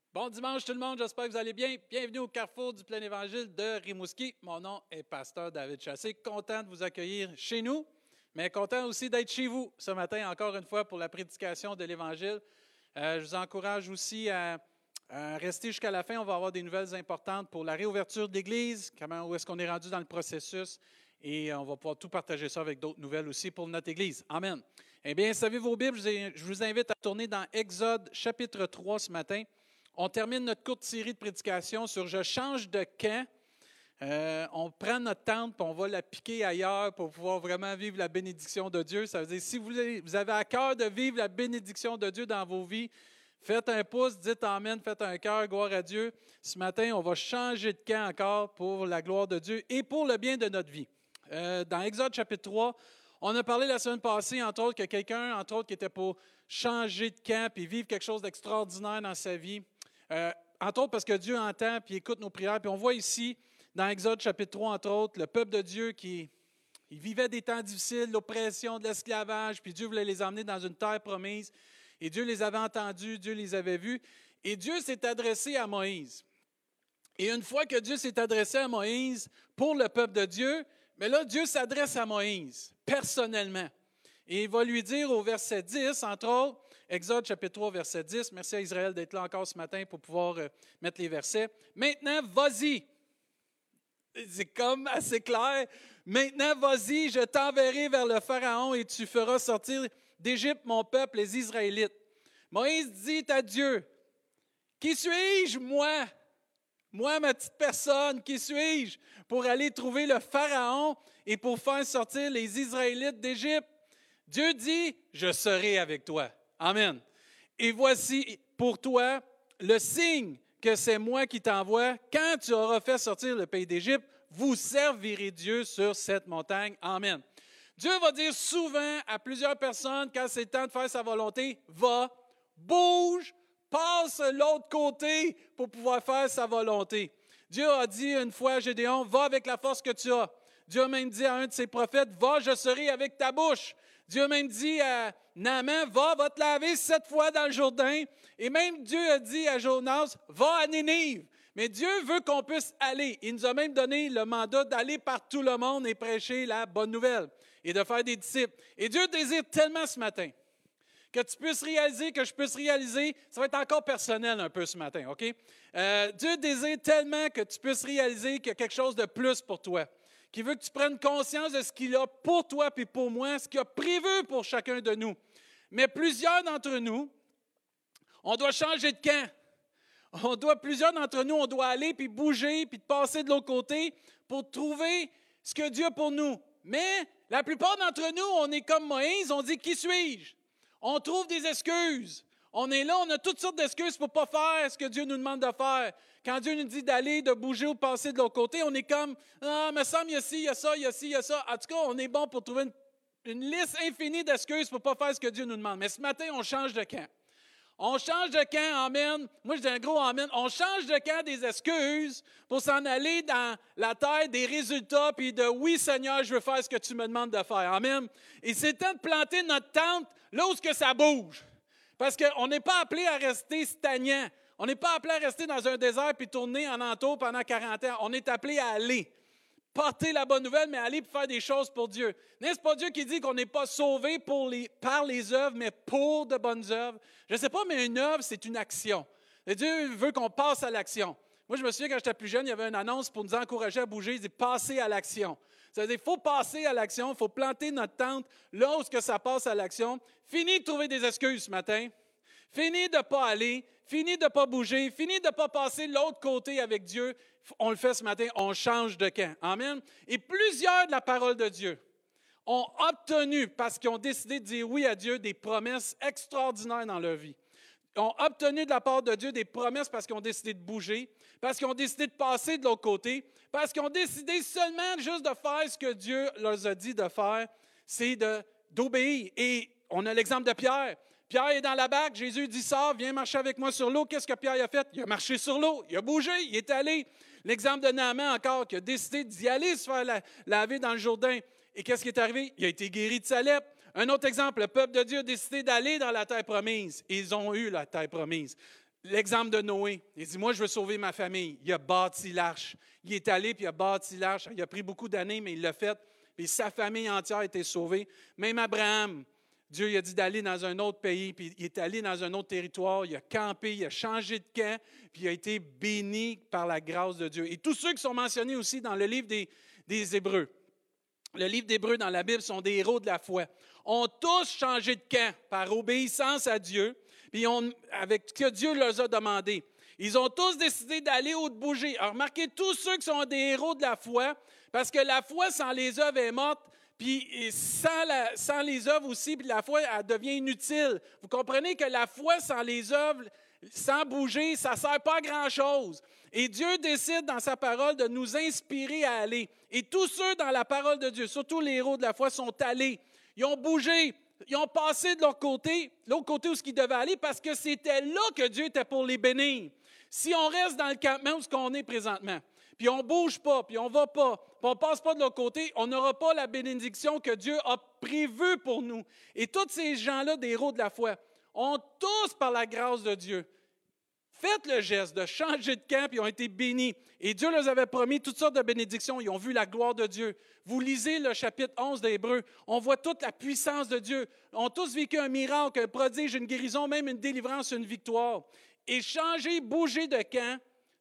Bon dimanche tout le monde, j'espère que vous allez bien. Bienvenue au Carrefour du Plein Évangile de Rimouski. Mon nom est Pasteur David Chassé. Content de vous accueillir chez nous, mais content aussi d'être chez vous ce matin, encore une fois, pour la prédication de l'Évangile. Je vous encourage aussi à rester jusqu'à la fin. On va avoir des nouvelles importantes pour la réouverture de l'Église, où est-ce qu'on est rendu dans le processus, et on va pouvoir tout partager ça avec d'autres nouvelles aussi pour notre Église. Amen. Eh bien, savez vos Bibles, je vous invite à tourner dans Exode chapitre 3 ce matin. On termine notre courte série de prédications sur « Je change de camp ». On prend notre tente et on va la piquer ailleurs pour pouvoir vraiment vivre la bénédiction de Dieu. Ça veut dire, si vous avez à cœur de vivre la bénédiction de Dieu dans vos vies, faites un pouce, dites Amen, faites un cœur, gloire à Dieu. Ce matin, on va changer de camp encore pour la gloire de Dieu et pour le bien de notre vie. Dans Exode chapitre 3, on a parlé la semaine passée, entre autres, que quelqu'un, entre autres, qui était pour changer de camp et vivre quelque chose d'extraordinaire dans sa vie. Entre autres parce que Dieu entend et écoute nos prières. Puis on voit ici, dans Exode chapitre 3, entre autres, le peuple de Dieu il vivait des temps difficiles, l'oppression, de l'esclavage, puis Dieu voulait les emmener dans une terre promise. Et Dieu les avait entendus, Dieu les avait vus. Et Dieu s'est adressé à Moïse. Et une fois que Dieu s'est adressé à Moïse pour le peuple de Dieu, mais là, Dieu s'adresse à Moïse, personnellement. Et il va lui dire au verset 10, entre autres, Exode chapitre 3, verset 10. Merci à Israël d'être là encore ce matin pour pouvoir mettre les versets. Maintenant, vas-y. C'est comme assez clair. Maintenant, vas-y, je t'enverrai vers le Pharaon et tu feras sortir d'Égypte mon peuple, les Israélites. Moïse dit à Dieu, qui suis-je, moi? Moi, ma petite personne, qui suis-je pour aller trouver le Pharaon et pour faire sortir les Israélites d'Égypte? Dieu dit, je serai avec toi. Amen. Et voici pour toi le signe que c'est moi qui t'envoie. Quand tu auras fait sortir le pays d'Égypte, vous servirez Dieu sur cette montagne. Amen. Dieu va dire souvent à plusieurs personnes, quand c'est le temps de faire sa volonté, va, bouge, passe l'autre côté pour pouvoir faire sa volonté. Dieu a dit une fois à Gédéon, va avec la force que tu as. Dieu a même dit à un de ses prophètes, va, je serai avec ta bouche. Dieu a même dit à Naaman, va te laver 7 fois dans le Jourdain. Et même Dieu a dit à Jonas, va à Nénive. Mais Dieu veut qu'on puisse aller. Il nous a même donné le mandat d'aller par tout le monde et prêcher la bonne nouvelle et de faire des disciples. Et Dieu désire tellement ce matin que tu puisses réaliser, que je puisse réaliser, ça va être encore personnel un peu ce matin, OK? Dieu désire tellement que tu puisses réaliser qu'il y a quelque chose de plus pour toi, qui veut que tu prennes conscience de ce qu'il a pour toi et pour moi, ce qu'il a prévu pour chacun de nous. Mais plusieurs d'entre nous, on doit changer de camp. Plusieurs d'entre nous, on doit aller puis bouger puis passer de l'autre côté pour trouver ce que Dieu a pour nous. Mais la plupart d'entre nous, on est comme Moïse, on dit « Qui suis-je? » On trouve des excuses. On est là, on a toutes sortes d'excuses pour ne pas faire ce que Dieu nous demande de faire. Quand Dieu nous dit d'aller, de bouger ou de passer de l'autre côté, on est comme « Ah, me semble, il y a ci, il y a ça, il y a ci, il y a ça. » En tout cas, on est bon pour trouver une liste infinie d'excuses pour ne pas faire ce que Dieu nous demande. Mais ce matin, on change de camp. On change de camp, amen. Moi, je dis un gros amen. On change de camp des excuses pour s'en aller dans la terre des résultats puis de « Oui, Seigneur, je veux faire ce que tu me demandes de faire. » Amen. Et c'est temps de planter notre tente là où ça bouge. Parce qu'on n'est pas appelé à rester stagnant. On n'est pas appelé à rester dans un désert puis tourner en entour pendant 40 ans. On est appelé à aller. Porter la bonne nouvelle, mais aller faire des choses pour Dieu. N'est-ce pas Dieu qui dit qu'on n'est pas sauvé par les œuvres, mais pour de bonnes œuvres? Je ne sais pas, mais une œuvre, c'est une action. Et Dieu veut qu'on passe à l'action. Moi, je me souviens, quand j'étais plus jeune, il y avait une annonce pour nous encourager à bouger. Il dit « Passez à l'action ». Ça veut dire qu'il faut passer à l'action, il faut planter notre tente là où ça passe à l'action. Fini de trouver des excuses ce matin. Fini de ne pas aller. Fini de ne pas bouger. Fini de ne pas passer de l'autre côté avec Dieu. On le fait ce matin, on change de camp. Amen. Et plusieurs de la parole de Dieu ont obtenu, parce qu'ils ont décidé de dire oui à Dieu, des promesses extraordinaires dans leur vie. Ils ont obtenu de la part de Dieu des promesses parce qu'ils ont décidé de bouger, parce qu'ils ont décidé de passer de l'autre côté, parce qu'ils ont décidé seulement juste de faire ce que Dieu leur a dit de faire, c'est d'obéir. Et on a l'exemple de Pierre. Pierre est dans la barque, Jésus dit « Sors, viens marcher avec moi sur l'eau ». Qu'est-ce que Pierre a fait? Il a marché sur l'eau, il a bougé, il est allé. L'exemple de Naaman encore, qui a décidé d'y aller se faire laver dans le Jourdain. Et qu'est-ce qui est arrivé? Il a été guéri de sa lèpre. Un autre exemple, le peuple de Dieu a décidé d'aller dans la terre promise. Ils ont eu la terre promise. l'exemple de Noé. Il dit, moi, je veux sauver ma famille. Il a bâti l'arche. Il est allé, puis il a bâti l'arche. Il a pris beaucoup d'années, mais il l'a fait. Puis sa famille entière a été sauvée. Même Abraham, Dieu lui a dit d'aller dans un autre pays, puis il est allé dans un autre territoire. Il a campé, il a changé de camp, puis il a été béni par la grâce de Dieu. Et tous ceux qui sont mentionnés aussi dans le livre des Hébreux, le livre d'Hébreux dans la Bible sont des héros de la foi, ont tous changé de camp par obéissance à Dieu, puis avec ce que Dieu leur a demandé. Ils ont tous décidé d'aller ou de bouger. Alors, remarquez, tous ceux qui sont des héros de la foi, parce que la foi sans les œuvres est morte, puis sans les œuvres aussi, puis la foi, elle devient inutile. Vous comprenez que la foi sans les œuvres, sans bouger, ça ne sert pas à grand-chose. Et Dieu décide dans sa parole de nous inspirer à aller. Et tous ceux dans la parole de Dieu, surtout les héros de la foi, sont allés. Ils ont bougé, ils ont passé de l'autre côté où ils devaient aller, parce que c'était là que Dieu était pour les bénir. Si on reste dans le campement où on est présentement, puis on ne bouge pas, puis on ne va pas, puis on ne passe pas de l'autre côté, on n'aura pas la bénédiction que Dieu a prévue pour nous. Et tous ces gens-là, des héros de la foi, ont tous, par la grâce de Dieu, fait le geste de changer de camp, puis ils ont été bénis. Et Dieu leur avait promis toutes sortes de bénédictions. Ils ont vu la gloire de Dieu. Vous lisez le chapitre 11 d'Hébreux, on voit toute la puissance de Dieu. Ils ont tous vécu un miracle, un prodige, une guérison, même une délivrance, une victoire. Et changer, bouger de camp,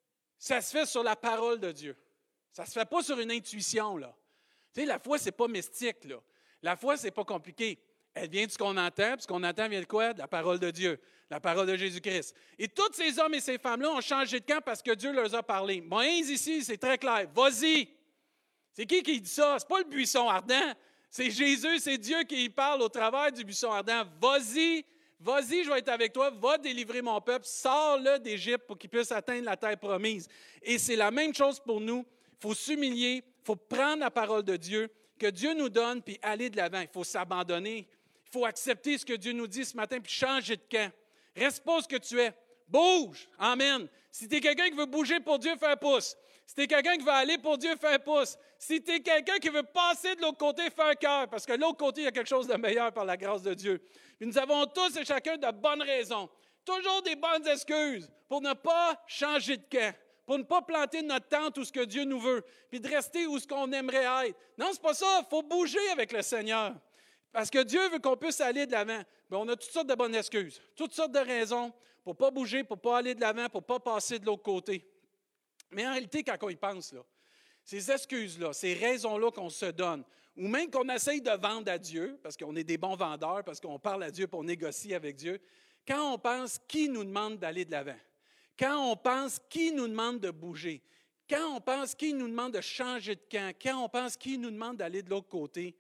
ça se fait sur la parole de Dieu. Ça ne se fait pas sur une intuition, là. Tu sais, la foi, ce n'est pas mystique, là. La foi, ce n'est pas compliqué. Elle vient de ce qu'on entend, puis ce qu'on entend vient de quoi? De la parole de Dieu, la parole de Jésus-Christ. Et tous ces hommes et ces femmes-là ont changé de camp parce que Dieu leur a parlé. Moïse ici, c'est très clair. Vas-y! C'est qui dit ça? Ce n'est pas le buisson ardent. C'est Jésus, c'est Dieu qui y parle au travers du buisson ardent. Vas-y! Vas-y, je vais être avec toi, va délivrer mon peuple, sors-le d'Égypte pour qu'il puisse atteindre la terre promise. Et c'est la même chose pour nous. Il faut s'humilier, il faut prendre la parole de Dieu, que Dieu nous donne, puis aller de l'avant. Il faut s'abandonner, il faut accepter ce que Dieu nous dit ce matin, puis changer de camp. Reste pas ce que tu es. Bouge! Amen. Si tu es quelqu'un qui veut bouger pour Dieu, fais un pouce. Si tu es quelqu'un qui veut aller pour Dieu, fais un pouce. Si tu es quelqu'un qui veut passer de l'autre côté, fais un cœur, parce que de l'autre côté, il y a quelque chose de meilleur par la grâce de Dieu. Puis nous avons tous et chacun de bonnes raisons, toujours des bonnes excuses pour ne pas changer de camp, pour ne pas planter notre tente où ce que Dieu nous veut, puis de rester où ce qu'on aimerait être. Non, c'est pas ça, il faut bouger avec le Seigneur. Parce que Dieu veut qu'on puisse aller de l'avant. Mais on a toutes sortes de bonnes excuses, toutes sortes de raisons pour ne pas bouger, pour ne pas aller de l'avant, pour ne pas passer de l'autre côté. Mais en réalité, quand on y pense, là, ces excuses-là, ces raisons-là qu'on se donne, ou même qu'on essaye de vendre à Dieu, parce qu'on est des bons vendeurs, parce qu'on parle à Dieu pour négocier avec Dieu, quand on pense qui nous demande d'aller de l'avant, quand on pense qui nous demande de bouger, quand on pense qui nous demande de changer de camp, quand on pense qui nous demande d'aller de l'autre côté,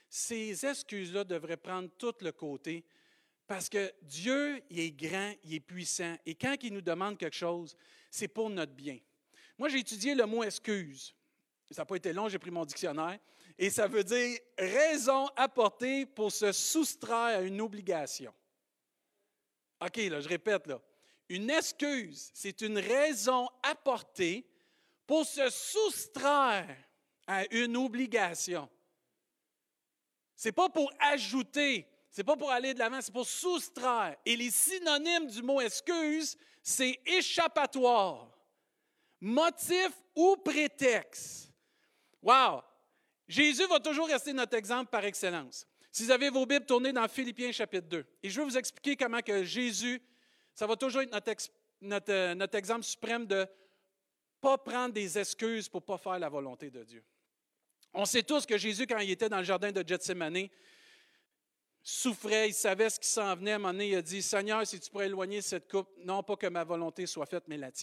ces excuses-là devraient prendre tout le côté, parce que Dieu, il est grand, il est puissant, et quand il nous demande quelque chose, c'est pour notre bien. Moi, j'ai étudié le mot « excuse ». Ça n'a pas été long, j'ai pris mon dictionnaire. Et ça veut dire « raison apportée pour se soustraire à une obligation ». OK, là, je répète, là. Une excuse, c'est une raison apportée pour se soustraire à une obligation. Ce n'est pas pour ajouter, ce n'est pas pour aller de l'avant, c'est pour soustraire. Et les synonymes du mot « excuse », c'est « échappatoire ». Motif ou prétexte. Wow! Jésus va toujours rester notre exemple par excellence. Si vous avez vos Bibles, tournez dans Philippiens chapitre 2. Et je vais vous expliquer comment que Jésus, ça va toujours être notre exemple suprême de ne pas prendre des excuses pour ne pas faire la volonté de Dieu. On sait tous que Jésus, quand il était dans le jardin de Gethsémani, souffrait, il savait ce qui s'en venait. À un moment donné, il a dit, « Seigneur, si tu pourrais éloigner cette coupe, non pas que ma volonté soit faite, mais la tienne. »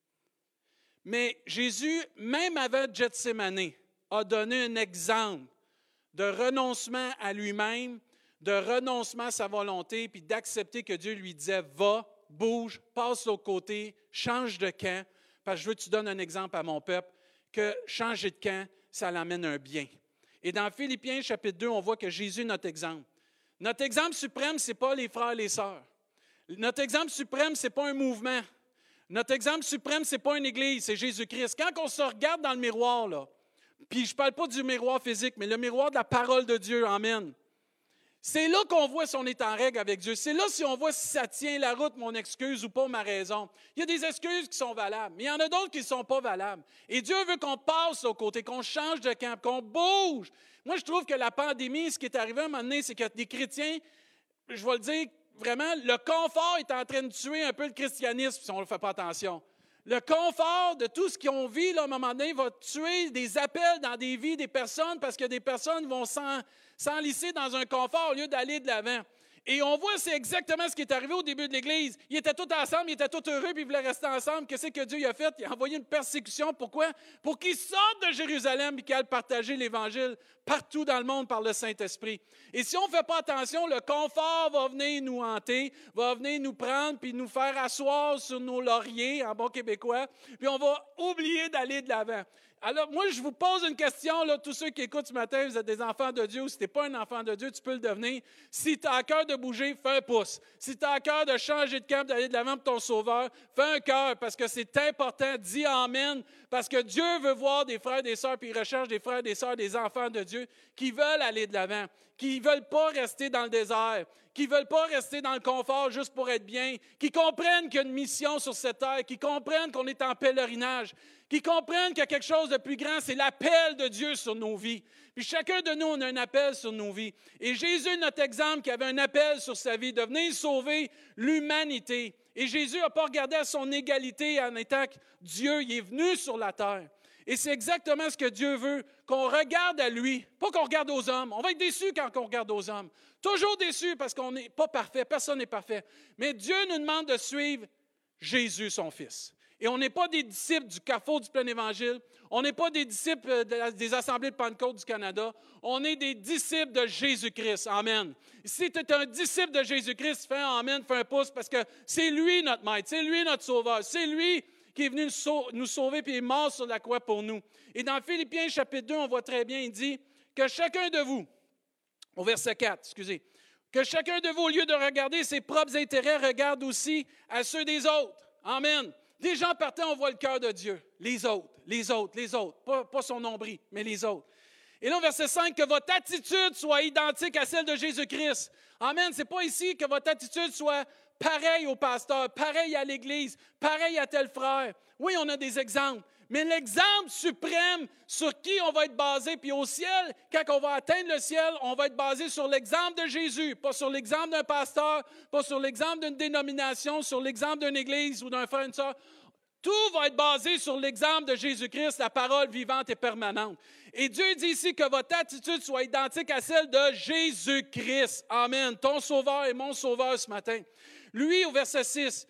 Mais Jésus, même avant Gethsémani, a donné un exemple de renoncement à lui-même, de renoncement à sa volonté, puis d'accepter que Dieu lui disait « Va, bouge, passe de l'autre côté, change de camp, parce que je veux que tu donnes un exemple à mon peuple, que changer de camp, ça l'amène un bien. » Et dans Philippiens chapitre 2, on voit que Jésus est notre exemple. Notre exemple suprême, ce n'est pas les frères et les sœurs. Notre exemple suprême, ce n'est pas un mouvement. Notre exemple suprême, ce n'est pas une église, c'est Jésus-Christ. Quand on se regarde dans le miroir, là, puis je ne parle pas du miroir physique, mais le miroir de la parole de Dieu, amen. C'est là qu'on voit si on est en règle avec Dieu. C'est là si on voit si ça tient la route, mon excuse, ou pas ma raison. Il y a des excuses qui sont valables, mais il y en a d'autres qui ne sont pas valables. Et Dieu veut qu'on passe au côté, qu'on change de camp, qu'on bouge. Moi, je trouve que la pandémie, ce qui est arrivé à un moment donné, c'est que des chrétiens, je vais le dire vraiment, le confort est en train de tuer un peu le christianisme si on ne fait pas attention. Le confort de tout ce qu'on vit, là, à un moment donné, va tuer des appels dans des vies des personnes parce que des personnes vont s'enlisser dans un confort au lieu d'aller de l'avant. Et on voit, c'est exactement ce qui est arrivé au début de l'Église. Ils étaient tous ensemble, ils étaient tous heureux, puis ils voulaient rester ensemble. Qu'est-ce que Dieu a fait? Il a envoyé une persécution. Pourquoi? Pour qu'ils sortent de Jérusalem et qu'ils aillent partager l'Évangile partout dans le monde par le Saint-Esprit. Et si on ne fait pas attention, le confort va venir nous hanter, va venir nous prendre, puis nous faire asseoir sur nos lauriers, en bon québécois, puis on va oublier d'aller de l'avant. Alors, moi, je vous pose une question, là, tous ceux qui écoutent ce matin, vous êtes des enfants de Dieu, ou si tu n'es pas un enfant de Dieu, tu peux le devenir. Si tu as à cœur de bouger, fais un pouce. Si tu as à cœur de changer de camp, d'aller de l'avant pour ton Sauveur, fais un cœur, parce que c'est important, dis Amen, parce que Dieu veut voir des frères et des sœurs, puis il recherche des frères et des sœurs, des enfants de Dieu, qui veulent aller de l'avant, qui ne veulent pas rester dans le désert, qui ne veulent pas rester dans le confort juste pour être bien, qui comprennent qu'il y a une mission sur cette terre, qui comprennent qu'on est en pèlerinage, qui comprennent qu'il y a quelque chose de plus grand, c'est l'appel de Dieu sur nos vies. Puis chacun de nous, on a un appel sur nos vies. Et Jésus, notre exemple, qui avait un appel sur sa vie, de venir sauver l'humanité. Et Jésus n'a pas regardé à son égalité en étant que Dieu, il est venu sur la terre. Et c'est exactement ce que Dieu veut, qu'on regarde à lui, pas qu'on regarde aux hommes. On va être déçus quand on regarde aux hommes. Toujours déçus parce qu'on n'est pas parfait, personne n'est parfait. Mais Dieu nous demande de suivre Jésus, son Fils. Et on n'est pas des disciples du Carrefour du Plein Évangile. On n'est pas des disciples des Assemblées de Pentecôte du Canada. On est des disciples de Jésus-Christ. Amen. Si tu es un disciple de Jésus-Christ, fais un Amen, fais un pouce, parce que c'est lui notre maître, c'est lui notre sauveur, c'est lui qui est venu nous sauver puis est mort sur la croix pour nous. Et dans Philippiens chapitre 2, on voit très bien, il dit que chacun de vous, au verset 4, excusez, que chacun de vous, au lieu de regarder ses propres intérêts, regarde aussi à ceux des autres. Amen. Des gens partant, on voit le cœur de Dieu. Les autres, les autres, les autres. Pas son nombril, mais les autres. Et là, au verset 5, que votre attitude soit identique à celle de Jésus-Christ. Amen. Ce n'est pas ici que votre attitude soit pareille au pasteur, pareille à l'Église, pareille à tel frère. Oui, on a des exemples. Mais l'exemple suprême sur qui on va être basé, puis au ciel, quand on va atteindre le ciel, on va être basé sur l'exemple de Jésus, pas sur l'exemple d'un pasteur, pas sur l'exemple d'une dénomination, sur l'exemple d'une église ou d'un frère, une sœur. Tout va être basé sur l'exemple de Jésus-Christ, la parole vivante et permanente. Et Dieu dit ici que votre attitude soit identique à celle de Jésus-Christ. Amen. Ton sauveur et mon sauveur ce matin. Lui, au verset 6,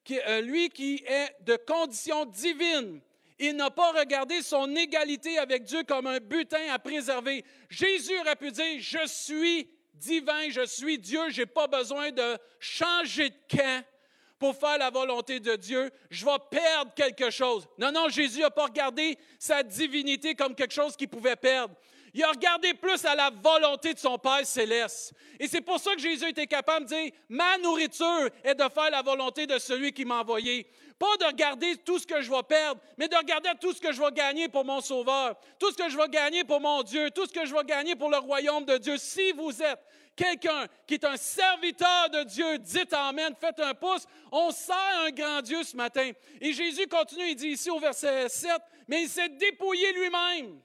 lui qui est de condition divine, il n'a pas regardé son égalité avec Dieu comme un butin à préserver. Jésus aurait pu dire, je suis divin, je suis Dieu, je n'ai pas besoin de changer de camp pour faire la volonté de Dieu. Je vais perdre quelque chose. Non, non, Jésus n'a pas regardé sa divinité comme quelque chose qu'il pouvait perdre. Il a regardé plus à la volonté de son Père céleste. Et c'est pour ça que Jésus était capable de dire, ma nourriture est de faire la volonté de celui qui m'a envoyé. Pas de regarder tout ce que je vais perdre, mais de regarder tout ce que je vais gagner pour mon Sauveur, tout ce que je vais gagner pour mon Dieu, tout ce que je vais gagner pour le royaume de Dieu. Si vous êtes quelqu'un qui est un serviteur de Dieu, dites Amen, faites un pouce. On sert un grand Dieu ce matin. Et Jésus continue, il dit ici au verset 7, mais il s'est dépouillé lui-même.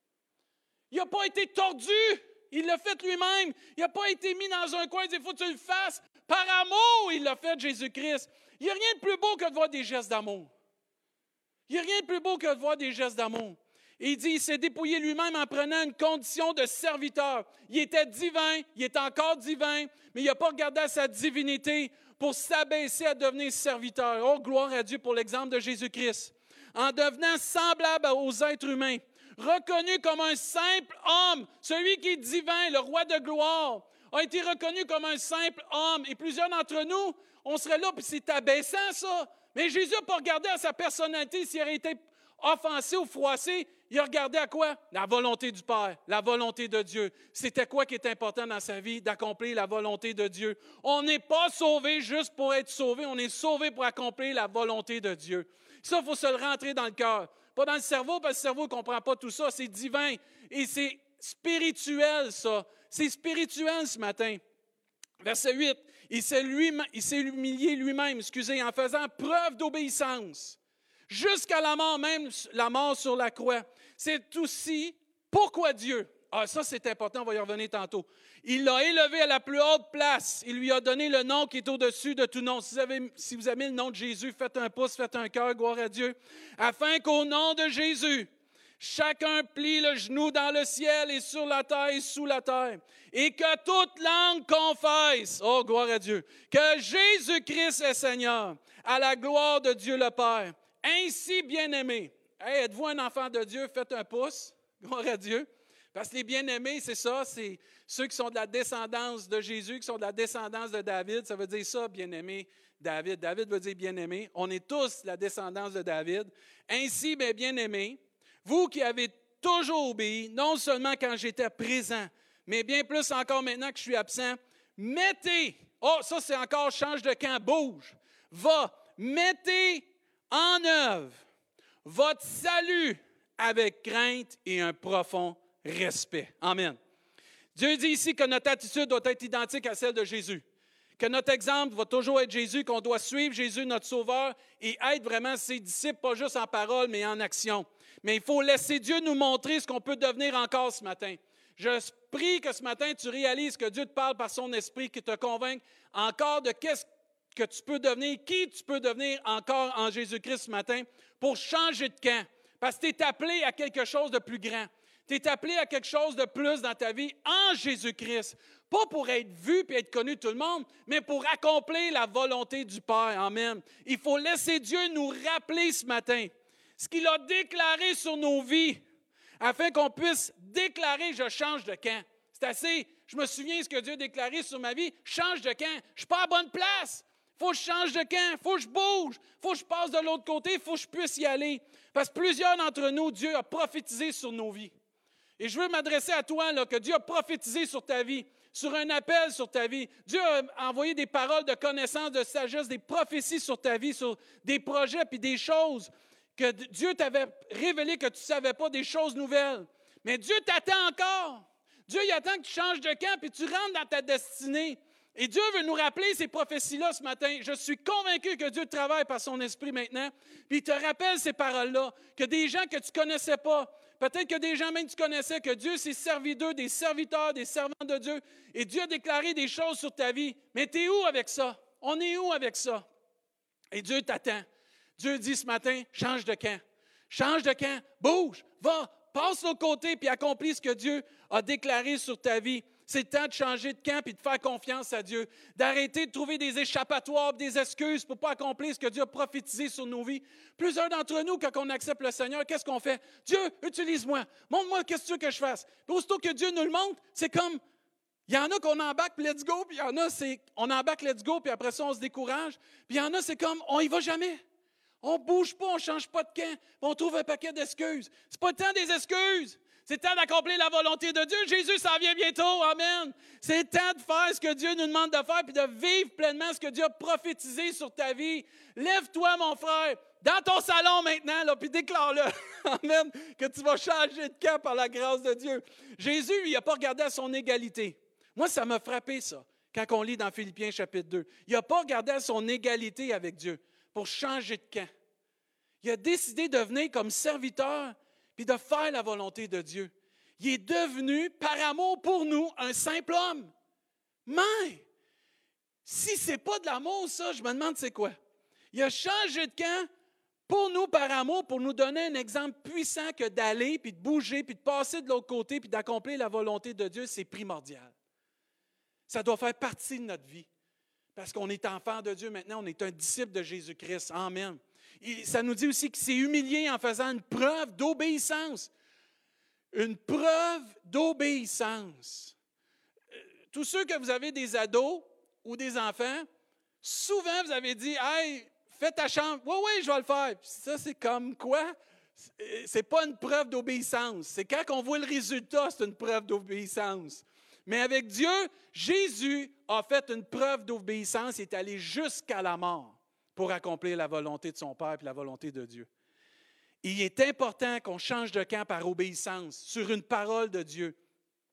Il n'a pas été tordu, il l'a fait lui-même. Il n'a pas été mis dans un coin et dit, il faut que tu le fasses. Par amour, il l'a fait, Jésus-Christ. Il n'y a rien de plus beau que de voir des gestes d'amour. Il n'y a rien de plus beau que de voir des gestes d'amour. Et il dit, il s'est dépouillé lui-même en prenant une condition de serviteur. Il était divin, il est encore divin, mais il n'a pas regardé à sa divinité pour s'abaisser à devenir serviteur. Oh, gloire à Dieu pour l'exemple de Jésus-Christ. En devenant semblable aux êtres humains, reconnu comme un simple homme, celui qui est divin, le roi de gloire, a été reconnu comme un simple homme. Et plusieurs d'entre nous, on serait là, puis c'est abaissant ça. Mais Jésus n'a pas regardé à sa personnalité s'il aurait été offensé ou froissé. Il a regardé à quoi? La volonté du Père, la volonté de Dieu. C'était quoi qui est important dans sa vie? D'accomplir la volonté de Dieu. On n'est pas sauvé juste pour être sauvé, on est sauvé pour accomplir la volonté de Dieu. Ça, il faut se le rentrer dans le cœur. Pas dans le cerveau, parce que le cerveau ne comprend pas tout ça. C'est divin et c'est spirituel, ça. C'est spirituel ce matin. Verset 8, il s'est humilié lui-même, en faisant preuve d'obéissance, jusqu'à la mort, même la mort sur la croix. C'est aussi pourquoi Dieu, ça c'est important, on va y revenir tantôt, il l'a élevé à la plus haute place, il lui a donné le nom qui est au-dessus de tout nom. Si vous aimez le nom de Jésus, faites un pouce, faites un cœur, gloire à Dieu, afin qu'au nom de Jésus, chacun plie le genou dans le ciel et sur la terre et sous la terre, et que toute langue confesse, oh gloire à Dieu, que Jésus-Christ est Seigneur, à la gloire de Dieu le Père. Ainsi, bien-aimés, êtes-vous un enfant de Dieu? Faites un pouce, gloire à Dieu. Parce que les bien-aimés, c'est ça, c'est ceux qui sont de la descendance de Jésus, qui sont de la descendance de David. Ça veut dire ça, bien-aimé David. David veut dire bien-aimé. On est tous la descendance de David. Ainsi, bien-aimés, vous qui avez toujours obéi, non seulement quand j'étais présent, mais bien plus encore maintenant que je suis absent, mettez, ça c'est encore change de camp, bouge, mettez en œuvre votre salut avec crainte et un profond respect. Amen. Dieu dit ici que notre attitude doit être identique à celle de Jésus. Que notre exemple va toujours être Jésus, qu'on doit suivre Jésus, notre Sauveur, et être vraiment ses disciples, pas juste en parole, mais en action. Mais il faut laisser Dieu nous montrer ce qu'on peut devenir encore ce matin. Je prie que ce matin, tu réalises que Dieu te parle par son esprit, qui te convainc encore de qu'est-ce que tu peux devenir, qui tu peux devenir encore en Jésus-Christ ce matin pour changer de camp. Parce que tu es appelé à quelque chose de plus grand. Tu es appelé à quelque chose de plus dans ta vie en Jésus-Christ. Pas pour être vu et être connu de tout le monde, mais pour accomplir la volonté du Père. Amen. Il faut laisser Dieu nous rappeler ce matin ce qu'il a déclaré sur nos vies, afin qu'on puisse déclarer « je change de camp ». C'est assez, je me souviens de ce que Dieu a déclaré sur ma vie, « change de camp ». Je ne suis pas à la bonne place. Il faut que je change de camp, il faut que je bouge, il faut que je passe de l'autre côté, il faut que je puisse y aller. Parce que plusieurs d'entre nous, Dieu a prophétisé sur nos vies. Et je veux m'adresser à toi, là, que Dieu a prophétisé sur ta vie, sur un appel sur ta vie. Dieu a envoyé des paroles de connaissance, de sagesse, des prophéties sur ta vie, sur des projets puis des choses que Dieu t'avait révélé que tu ne savais pas, des choses nouvelles. Mais Dieu t'attend encore. Dieu, il attend que tu changes de camp et tu rentres dans ta destinée. Et Dieu veut nous rappeler ces prophéties-là ce matin. Je suis convaincu que Dieu travaille par son esprit maintenant. Puis il te rappelle ces paroles-là, que des gens que tu ne connaissais pas, peut-être que des gens même que tu connaissais, que Dieu s'est servi d'eux, des serviteurs, des servants de Dieu. Et Dieu a déclaré des choses sur ta vie. Mais tu es où avec ça? On est où avec ça? Et Dieu t'attend. Dieu dit ce matin, change de camp. Change de camp, bouge, va, passe de l'autre côté puis accomplis ce que Dieu a déclaré sur ta vie. C'est le temps de changer de camp et de faire confiance à Dieu, d'arrêter de trouver des échappatoires, des excuses pour ne pas accomplir ce que Dieu a prophétisé sur nos vies. Plusieurs d'entre nous, quand on accepte le Seigneur, qu'est-ce qu'on fait? Dieu, utilise-moi, montre-moi qu'est-ce que tu veux que je fasse. Puis aussitôt que Dieu nous le montre, c'est comme, il y en a qu'on embarque, let's go, puis il y en a, c'est, on embarque, let's go, puis après ça, on se décourage. Puis il y en a, c'est comme, on y va jamais. On ne bouge pas, on ne change pas de camp, puis on trouve un paquet d'excuses. Ce n'est pas le temps des excuses. C'est le temps d'accomplir la volonté de Dieu. Jésus s'en vient bientôt. Amen. C'est le temps de faire ce que Dieu nous demande de faire puis de vivre pleinement ce que Dieu a prophétisé sur ta vie. Lève-toi, mon frère, dans ton salon maintenant, là, puis déclare-le. Amen. Que tu vas changer de camp par la grâce de Dieu. Jésus, lui, il n'a pas regardé à son égalité. Moi, ça m'a frappé, ça, quand on lit dans Philippiens chapitre 2. Il n'a pas regardé à son égalité avec Dieu pour changer de camp. Il a décidé de venir comme serviteur puis de faire la volonté de Dieu. Il est devenu, par amour pour nous, un simple homme. Mais, si ce n'est pas de l'amour, ça, je me demande c'est quoi. Il a changé de camp pour nous, par amour, pour nous donner un exemple puissant que d'aller, puis de bouger, puis de passer de l'autre côté, puis d'accomplir la volonté de Dieu, c'est primordial. Ça doit faire partie de notre vie. Parce qu'on est enfant de Dieu maintenant, on est un disciple de Jésus-Christ. Amen. Et ça nous dit aussi qu'il s'est humilié en faisant une preuve d'obéissance. Une preuve d'obéissance. Tous ceux que vous avez des ados ou des enfants, souvent vous avez dit « Hey, fais ta chambre. » « Oui, oui, je vais le faire. » Puis ça, c'est comme quoi? C'est pas une preuve d'obéissance. C'est quand on voit le résultat, c'est une preuve d'obéissance. Mais avec Dieu, Jésus a fait une preuve d'obéissance. Il est allé jusqu'à la mort pour accomplir la volonté de son Père et la volonté de Dieu. Il est important qu'on change de camp par obéissance sur une parole de Dieu.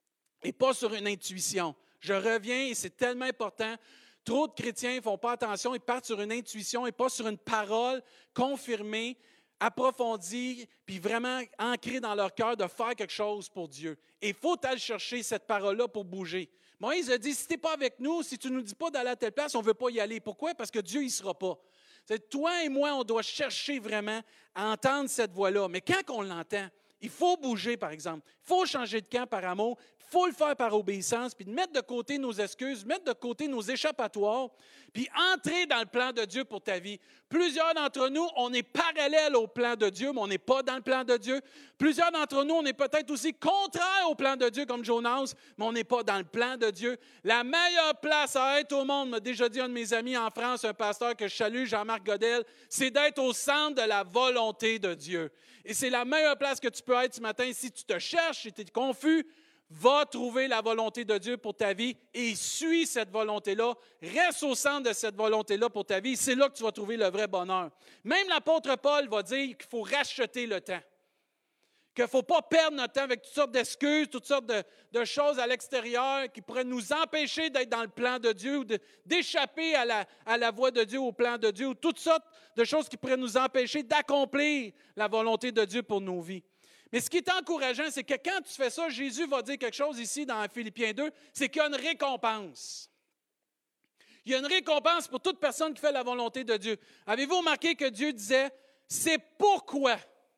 et pas sur une intuition. Je reviens et c'est tellement important. Trop de chrétiens ne font pas attention, ils partent sur une intuition et pas sur une parole confirmée, approfondie, puis vraiment ancrée dans leur cœur de faire quelque chose pour Dieu. Et il faut aller chercher cette parole-là pour bouger. Moïse a dit, si tu n'es pas avec nous, si tu ne nous dis pas d'aller à telle place, on ne veut pas y aller. Pourquoi? Parce que Dieu n'y sera pas. C'est toi et moi, on doit chercher vraiment à entendre cette voix-là. Mais quand on l'entend, il faut bouger, par exemple. Il faut changer de camp par amour. Il faut le faire par obéissance, puis de mettre de côté nos excuses, mettre de côté nos échappatoires, puis entrer dans le plan de Dieu pour ta vie. Plusieurs d'entre nous, on est parallèle au plan de Dieu, mais on n'est pas dans le plan de Dieu. Plusieurs d'entre nous, on est peut-être aussi contraire au plan de Dieu, comme Jonas, mais on n'est pas dans le plan de Dieu. La meilleure place à être au monde, m'a déjà dit un de mes amis en France, un pasteur que je salue, Jean-Marc Godel, c'est d'être au centre de la volonté de Dieu. Et c'est la meilleure place que tu peux être ce matin. Si tu te cherches, si tu es confus, va trouver la volonté de Dieu pour ta vie et suis cette volonté-là. Reste au centre de cette volonté-là pour ta vie. C'est là que tu vas trouver le vrai bonheur. Même l'apôtre Paul va dire qu'il faut racheter le temps. Qu'il ne faut pas perdre notre temps avec toutes sortes d'excuses, toutes sortes de choses à l'extérieur qui pourraient nous empêcher d'être dans le plan de Dieu ou d'échapper à la voie de Dieu, au plan de Dieu, ou toutes sortes de choses qui pourraient nous empêcher d'accomplir la volonté de Dieu pour nos vies. Mais ce qui est encourageant, c'est que quand tu fais ça, Jésus va dire quelque chose ici dans Philippiens 2, c'est qu'il y a une récompense. Il y a une récompense pour toute personne qui fait la volonté de Dieu. Avez-vous remarqué que Dieu disait, c'est pourquoi?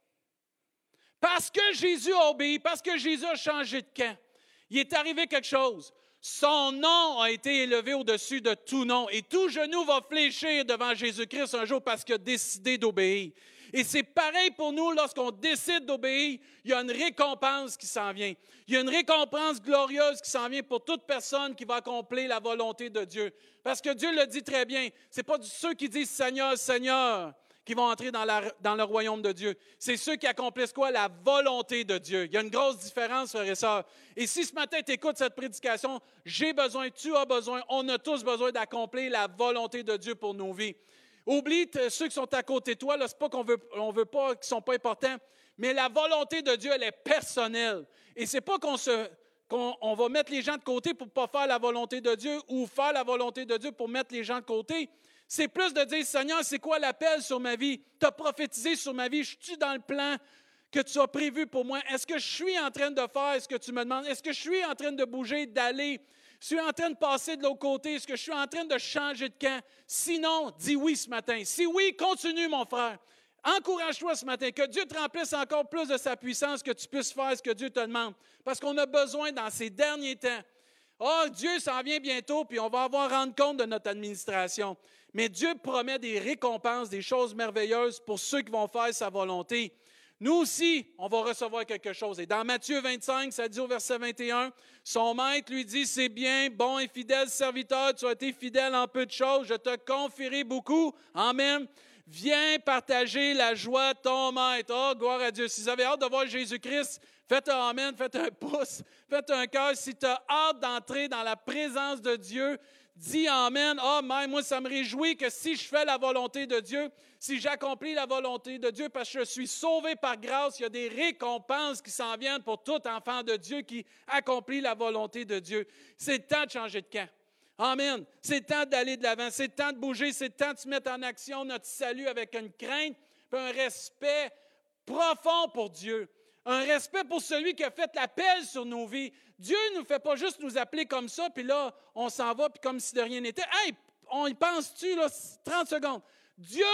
Parce que Jésus a obéi, parce que Jésus a changé de camp, il est arrivé quelque chose. Son nom a été élevé au-dessus de tout nom et tout genou va fléchir devant Jésus-Christ un jour parce qu'il a décidé d'obéir. Et c'est pareil pour nous, lorsqu'on décide d'obéir, il y a une récompense qui s'en vient. Il y a une récompense glorieuse qui s'en vient pour toute personne qui va accomplir la volonté de Dieu. Parce que Dieu le dit très bien, ce n'est pas ceux qui disent « Seigneur, Seigneur » qui vont entrer dans le royaume de Dieu. C'est ceux qui accomplissent quoi? La volonté de Dieu. Il y a une grosse différence, frères et sœurs. Et si ce matin tu écoutes cette prédication, j'ai besoin, tu as besoin, on a tous besoin d'accomplir la volonté de Dieu pour nos vies. Oublie ceux qui sont à côté de toi, ce n'est pas qu'on veut pas, qu'ils ne sont pas importants, mais la volonté de Dieu, elle est personnelle. Et ce n'est pas qu'on va mettre les gens de côté pour ne pas faire la volonté de Dieu ou faire la volonté de Dieu pour mettre les gens de côté. C'est plus de dire, Seigneur, c'est quoi l'appel sur ma vie? Tu as prophétisé sur ma vie, je suis dans le plan que tu as prévu pour moi. Est-ce que je suis en train de faire ce que tu me demandes? Est-ce que je suis en train de bouger, d'aller? Je suis en train de passer de l'autre côté? Est-ce que je suis en train de changer de camp? Sinon, dis oui ce matin. Si oui, continue, mon frère. Encourage-toi ce matin, que Dieu te remplisse encore plus de sa puissance, que tu puisses faire ce que Dieu te demande. Parce qu'on a besoin dans ces derniers temps. Oh, Dieu s'en vient bientôt, puis on va avoir rendre compte de notre administration. Mais Dieu promet des récompenses, des choses merveilleuses pour ceux qui vont faire sa volonté. Nous aussi, on va recevoir quelque chose. Et dans Matthieu 25, ça dit au verset 21, son maître lui dit, c'est bien, bon et fidèle serviteur, tu as été fidèle en peu de choses, je te confierai beaucoup. Amen. Viens partager la joie de ton maître. Oh, gloire à Dieu. Si vous avez hâte de voir Jésus-Christ, faites un amen, faites un pouce, faites un cœur. Si tu as hâte d'entrer dans la présence de Dieu, dis amen. Ah, mais moi, ça me réjouit que si je fais la volonté de Dieu, si j'accomplis la volonté de Dieu, parce que je suis sauvé par grâce, il y a des récompenses qui s'en viennent pour tout enfant de Dieu qui accomplit la volonté de Dieu. C'est le temps de changer de camp. Amen. C'est le temps d'aller de l'avant. C'est le temps de bouger. C'est le temps de se mettre en action notre salut avec une crainte et un respect profond pour Dieu. Un respect pour celui qui a fait l'appel sur nos vies. Dieu ne nous fait pas juste nous appeler comme ça, puis là, on s'en va, puis comme si de rien n'était. Hey, on y pense-tu, là, 30 secondes. Dieu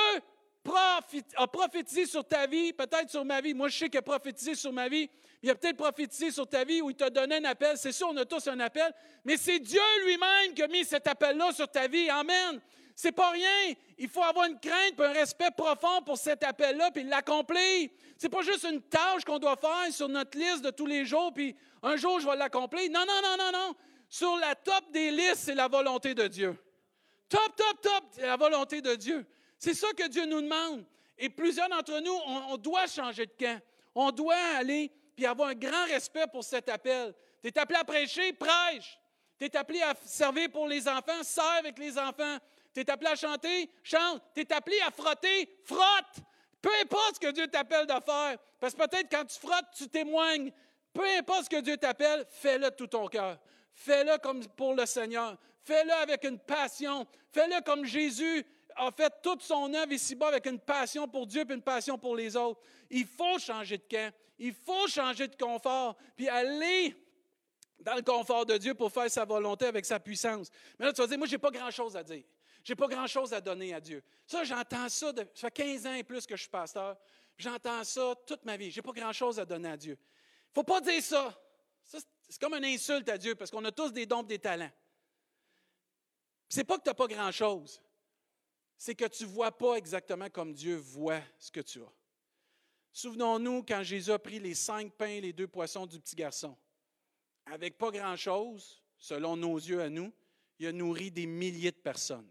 a prophétisé sur ta vie, peut-être sur ma vie. Moi, je sais qu'il a prophétisé sur ma vie. Il a peut-être prophétisé sur ta vie où il t'a donné un appel. C'est sûr, on a tous un appel. Mais c'est Dieu lui-même qui a mis cet appel-là sur ta vie. Amen. C'est pas rien. Il faut avoir une crainte et un respect profond pour cet appel-là puis l'accomplir. C'est pas juste une tâche qu'on doit faire sur notre liste de tous les jours puis un jour, je vais l'accomplir. Non, non, non, non, non. Sur la top des listes, c'est la volonté de Dieu. Top, top, top, c'est la volonté de Dieu. C'est ça que Dieu nous demande. Et plusieurs d'entre nous, on doit changer de camp. On doit aller puis avoir un grand respect pour cet appel. Tu es appelé à prêcher, prêche. Tu es appelé à servir pour les enfants, sers avec les enfants. Tu es appelé à chanter, chante. Tu es appelé à frotter, frotte. Peu importe ce que Dieu t'appelle de faire. Parce que peut-être quand tu frottes, tu témoignes Peu importe ce que Dieu t'appelle, fais-le de tout ton cœur. Fais-le comme pour le Seigneur. Fais-le avec une passion. Fais-le comme Jésus a fait toute son œuvre ici-bas avec une passion pour Dieu et une passion pour les autres. Il faut changer de camp. Il faut changer de confort. Puis aller dans le confort de Dieu pour faire sa volonté avec sa puissance. Mais là, tu vas dire, moi, je n'ai pas grand-chose à dire. Je n'ai pas grand-chose à donner à Dieu. Ça, j'entends ça. Ça fait 15 ans et plus que je suis pasteur. J'entends ça toute ma vie. Je n'ai pas grand-chose à donner à Dieu. Il ne faut pas dire ça. Ça, c'est comme une insulte à Dieu parce qu'on a tous des dons et des talents. Ce n'est pas que tu n'as pas grand-chose. C'est que tu ne vois pas exactement comme Dieu voit ce que tu as. Souvenons-nous quand Jésus a pris les 5 pains et les 2 poissons du petit garçon. Avec pas grand-chose, selon nos yeux à nous, il a nourri des milliers de personnes.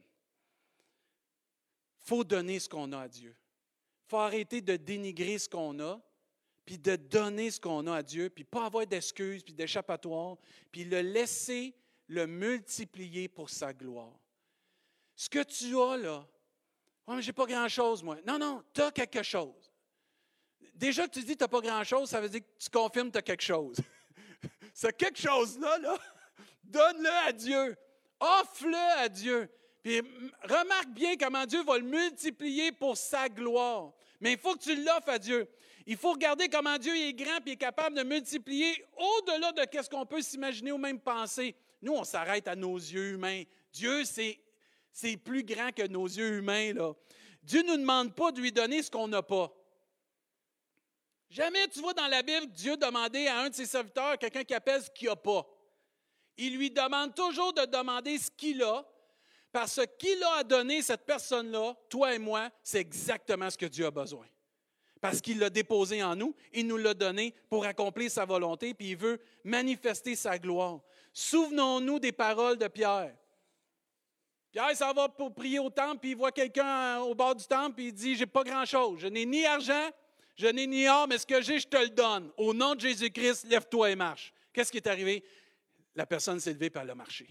Il faut donner ce qu'on a à Dieu. Il faut arrêter de dénigrer ce qu'on a, puis de donner ce qu'on a à Dieu, puis pas avoir d'excuses, puis d'échappatoires, puis le laisser le multiplier pour sa gloire. Ce que tu as là, oh, mais j'ai pas grand-chose, moi. Non, tu as quelque chose. Déjà que tu dis que tu n'as pas grand-chose, ça veut dire que tu confirmes que tu as quelque chose. Ce quelque chose-là, donne-le à Dieu. Offre-le à Dieu. Puis remarque bien comment Dieu va le multiplier pour sa gloire. Mais il faut que tu l'offres à Dieu. Il faut regarder comment Dieu est grand et est capable de multiplier au-delà de ce qu'on peut s'imaginer ou même penser. Nous, on s'arrête à nos yeux humains. Dieu, c'est plus grand que nos yeux humains, là. Dieu ne nous demande pas de lui donner ce qu'on n'a pas. Jamais tu vois dans la Bible Dieu demander à un de ses serviteurs, quelqu'un qui appelle ce qu'il n'a pas. Il lui demande toujours de demander ce qu'il a, parce que ce qu'il a à donner, cette personne-là, toi et moi, c'est exactement ce que Dieu a besoin. Parce qu'il l'a déposé en nous, il nous l'a donné pour accomplir sa volonté, puis il veut manifester sa gloire. Souvenons-nous des paroles de Pierre. Pierre s'en va pour prier au temple, puis il voit quelqu'un au bord du temple, puis il dit, j'ai pas grand-chose, je n'ai ni argent, je n'ai ni or, mais ce que j'ai, je te le donne. Au nom de Jésus-Christ, lève-toi et marche. Qu'est-ce qui est arrivé? La personne s'est levée et elle a marché.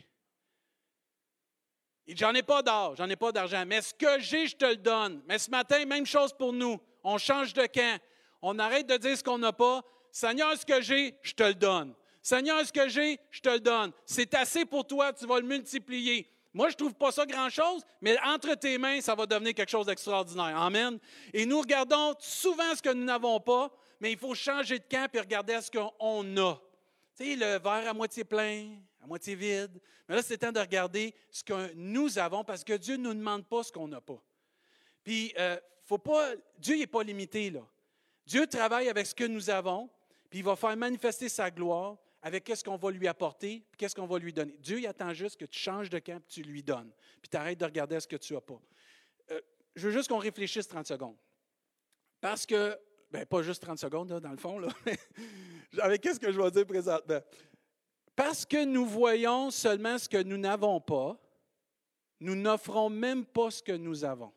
Il dit, j'en ai pas d'or, j'en ai pas d'argent, mais ce que j'ai, je te le donne. Mais ce matin, même chose pour nous. On change de camp. On arrête de dire ce qu'on n'a pas. Seigneur, ce que j'ai, je te le donne. Seigneur, ce que j'ai, je te le donne. C'est assez pour toi, tu vas le multiplier. Moi, je ne trouve pas ça grand-chose, mais entre tes mains, ça va devenir quelque chose d'extraordinaire. Amen. Et nous regardons souvent ce que nous n'avons pas, mais il faut changer de camp et regarder à ce qu'on a. Tu sais, le verre à moitié plein, à moitié vide. Mais là, c'est temps de regarder ce que nous avons parce que Dieu ne nous demande pas ce qu'on n'a pas. Puis, faut pas, Dieu n'est pas limité, là. Dieu travaille avec ce que nous avons, puis il va faire manifester sa gloire avec qu'est-ce qu'on va lui apporter, puis qu'est-ce qu'on va lui donner. Dieu, il attend juste que tu changes de camp, puis tu lui donnes. Puis tu arrêtes de regarder à ce que tu n'as pas. Je veux juste qu'on réfléchisse 30 secondes. Parce que, pas juste 30 secondes, là, dans le fond, là. Avec qu'est-ce que je vais dire présentement? Parce que nous voyons seulement ce que nous n'avons pas, nous n'offrons même pas ce que nous avons.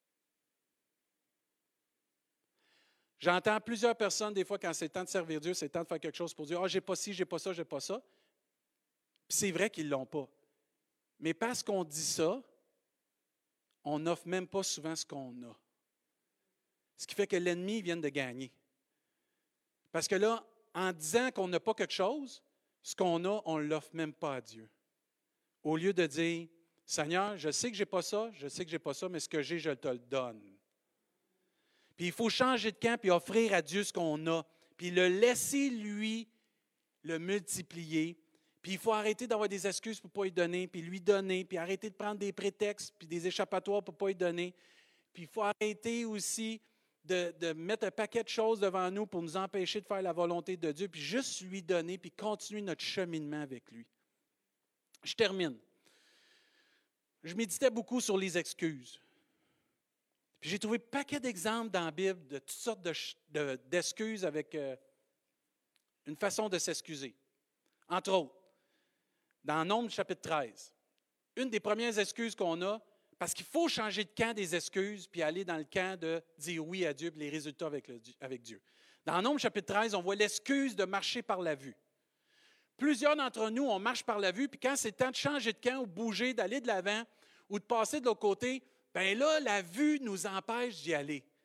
J'entends plusieurs personnes, des fois, quand c'est temps de servir Dieu, c'est temps de faire quelque chose pour Dieu. Ah, j'ai pas ci, j'ai pas ça, j'ai pas ça. Puis c'est vrai qu'ils ne l'ont pas. Mais parce qu'on dit ça, on n'offre même pas souvent ce qu'on a. Ce qui fait que l'ennemi vient de gagner. Parce que là, en disant qu'on n'a pas quelque chose, ce qu'on a, on ne l'offre même pas à Dieu. Au lieu de dire, Seigneur, je sais que je n'ai pas ça, je sais que je n'ai pas ça, mais ce que j'ai, je te le donne. Puis il faut changer de camp et offrir à Dieu ce qu'on a, puis le laisser, lui, le multiplier. Puis il faut arrêter d'avoir des excuses pour ne pas lui donner, puis arrêter de prendre des prétextes, puis des échappatoires pour ne pas lui donner. Puis il faut arrêter aussi de mettre un paquet de choses devant nous pour nous empêcher de faire la volonté de Dieu, puis juste lui donner, puis continuer notre cheminement avec lui. Je termine. Je méditais beaucoup sur les excuses. Puis j'ai trouvé un paquet d'exemples dans la Bible de toutes sortes d'excuses avec une façon de s'excuser. Entre autres, dans Nombre chapitre 13, une des premières excuses qu'on a, parce qu'il faut changer de camp des excuses puis aller dans le camp de dire oui à Dieu et les résultats avec Dieu. Dans Nombre chapitre 13, on voit l'excuse de marcher par la vue. Plusieurs d'entre nous, on marche par la vue, puis quand c'est le temps de changer de camp ou de bouger, d'aller de l'avant ou de passer de l'autre côté, bien là, la vue nous empêche d'y aller.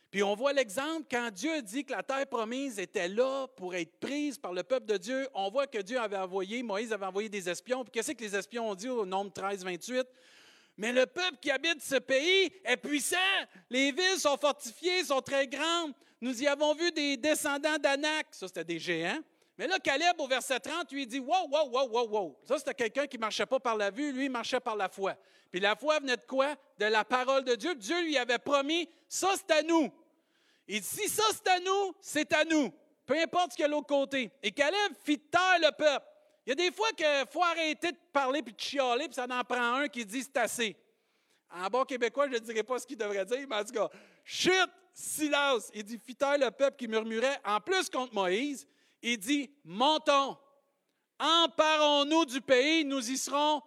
Puis on voit l'exemple, quand Dieu a dit que la terre promise était là pour être prise par le peuple de Dieu, on voit que Dieu avait envoyé, Moïse avait envoyé des espions. Puis qu'est-ce que les espions ont dit au Nombre 13, 28? Mais le peuple qui habite ce pays est puissant. Les villes sont fortifiées, sont très grandes. Nous y avons vu des descendants d'Anak. Ça, c'était des géants. Mais là, Caleb, au verset 30, lui dit, wow, wow, wow, wow, wow. Ça, c'était quelqu'un qui ne marchait pas par la vue, lui, il marchait par la foi. Puis la foi venait de quoi? De la parole de Dieu. Dieu lui avait promis, ça, c'est à nous. Il dit, si ça, c'est à nous, c'est à nous. Peu importe ce qu'il y a de l'autre côté. Et Caleb fit taire le peuple. Il y a des fois qu'il faut arrêter de parler puis de chialer, puis ça en prend un qui dit, c'est assez. En bon québécois, je ne dirais pas ce qu'il devrait dire, mais en tout cas, chut, silence. Il dit, fit taire le peuple qui murmurait, en plus contre Moïse. Il dit, montons, emparons-nous du pays, nous y serons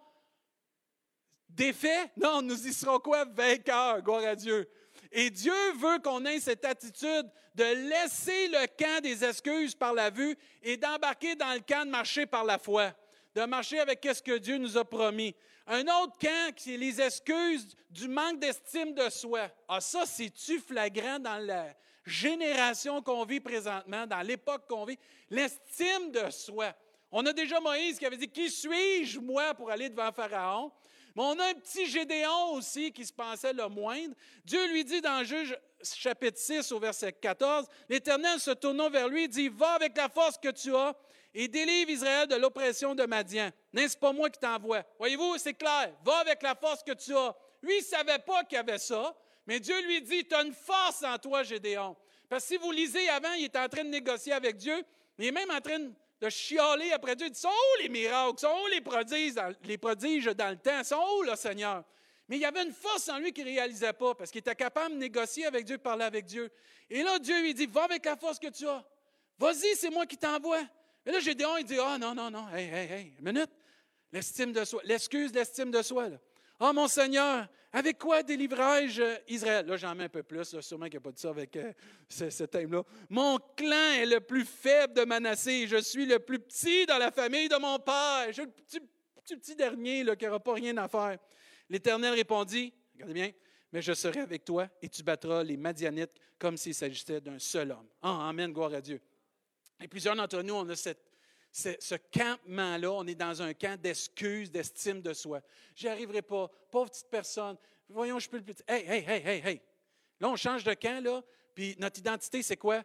défaits? Non, nous y serons quoi? Vainqueurs, gloire à Dieu. Et Dieu veut qu'on ait cette attitude de laisser le camp des excuses par la vue et d'embarquer dans le camp de marcher par la foi, de marcher avec ce que Dieu nous a promis. Un autre camp, c'est les excuses du manque d'estime de soi. Ah, ça, c'est-tu flagrant dans la génération qu'on vit présentement, dans l'époque qu'on vit? L'estime de soi. On a déjà Moïse qui avait dit, « Qui suis-je, moi, pour aller devant Pharaon? » Mais on a un petit Gédéon aussi qui se pensait le moindre. Dieu lui dit dans Juge chapitre 6 au verset 14, l'Éternel se tournant vers lui dit, « Va avec la force que tu as et délivre Israël de l'oppression de Madian. N'est-ce pas moi qui t'envoie? » Voyez-vous, c'est clair. Va avec la force que tu as. Lui, il ne savait pas qu'il y avait ça, mais Dieu lui dit, « Tu as une force en toi, Gédéon. » Parce que si vous lisez avant, il est en train de négocier avec Dieu, il est même en train de chialer après Dieu. Il dit, sont où les miracles? Sont où les prodiges dans le temps? Sont où, là, Seigneur? Mais il y avait une force en lui qu'il ne réalisait pas parce qu'il était capable de négocier avec Dieu, de parler avec Dieu. Et là, Dieu lui dit, va avec la force que tu as. Vas-y, c'est moi qui t'envoie. Et là, Gédéon, il dit, ah, non, hey, une minute. L'estime de soi, l'excuse d'estime de soi, là. Ah, mon Seigneur, avec quoi délivrerai-je Israël? Là, j'en mets un peu plus, là, sûrement qu'il n'y a pas de ça avec ce thème-là. Mon clan est le plus faible de Manassé. Je suis le plus petit dans la famille de mon père. Je suis le petit dernier là, qui n'aura pas rien à faire. L'Éternel répondit, regardez bien, mais je serai avec toi et tu battras les Madianites comme s'il s'agissait d'un seul homme. Ah, amen, gloire à Dieu. Et plusieurs d'entre nous, on a ce campement-là, on est dans un camp d'excuses, d'estime de soi. J'y arriverai pas, pauvre petite personne. Voyons, je peux le plus. Hey. Là, on change de camp, là, puis notre identité, c'est quoi?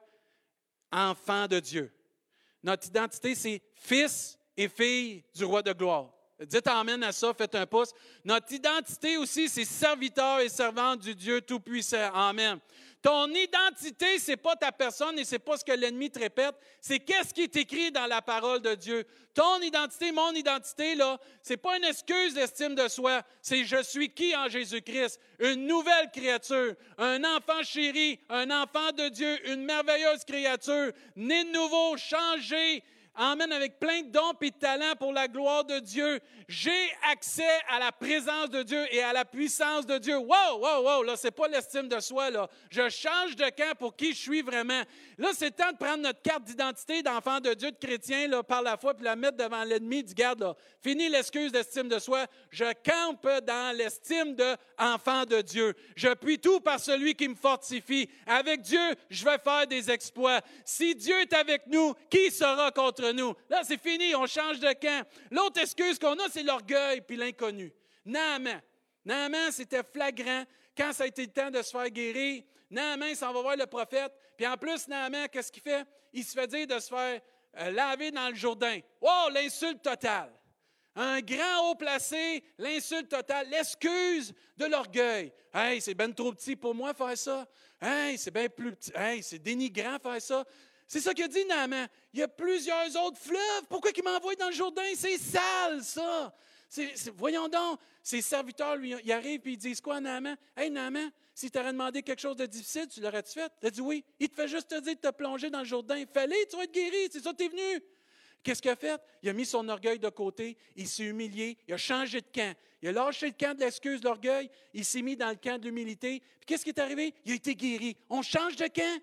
Enfant de Dieu. Notre identité, c'est fils et fille du roi de gloire. Dites amen à ça, faites un pouce. Notre identité aussi, c'est serviteur et servante du Dieu Tout-Puissant. Amen. Ton identité, ce n'est pas ta personne et ce n'est pas ce que l'ennemi te répète, c'est qu'est-ce qui est écrit dans la parole de Dieu. Ton identité, mon identité, là, ce n'est pas une excuse d'estime de soi, c'est je suis qui en Jésus-Christ? Une nouvelle créature, un enfant chéri, un enfant de Dieu, une merveilleuse créature, né de nouveau, changé, amen, avec plein de dons et de talents pour la gloire de Dieu. J'ai accès à la présence de Dieu et à la puissance de Dieu. Wow, là, c'est pas l'estime de soi, là. Je change de camp pour qui je suis vraiment. Là, c'est temps de prendre notre carte d'identité d'enfant de Dieu, de chrétien, là, par la foi, puis la mettre devant l'ennemi. Du garde, là, fini l'excuse d'estime de soi. Je campe dans l'estime d'enfant de Dieu. Je puis tout par celui qui me fortifie. Avec Dieu, je vais faire des exploits. Si Dieu est avec nous, qui sera contre nous? Là, c'est fini, on change de camp. L'autre excuse qu'on a, c'est l'orgueil puis l'inconnu. Naaman, c'était flagrant. Quand ça a été le temps de se faire guérir, Naaman s'en va voir le prophète. Puis en plus, Naaman, qu'est-ce qu'il fait? Il se fait dire de se faire laver dans le Jourdain. Wow, l'insulte totale. Un grand haut placé, l'insulte totale, l'excuse de l'orgueil. Hey, c'est bien trop petit pour moi faire ça. Hey, c'est bien plus petit. Hey, c'est dénigrant faire ça. C'est ça qu'il dit Naaman. Il y a plusieurs autres fleuves. Pourquoi il m'envoie dans le Jourdain? C'est sale, ça. Voyons donc. Ses serviteurs, lui, ils arrivent et ils disent quoi à Naaman? Hey, Naaman, s'il t'aurait demandé quelque chose de difficile, tu l'aurais-tu fait? Il a dit oui. Il te fait juste te dire de te plonger dans le Jourdain. Fallait, tu vas être guéri. C'est ça que tu es venu. Qu'est-ce qu'il a fait? Il a mis son orgueil de côté. Il s'est humilié. Il a changé de camp. Il a lâché le camp de l'excuse, de l'orgueil. Il s'est mis dans le camp de l'humilité. Puis qu'est-ce qui est arrivé? Il a été guéri. On change de camp.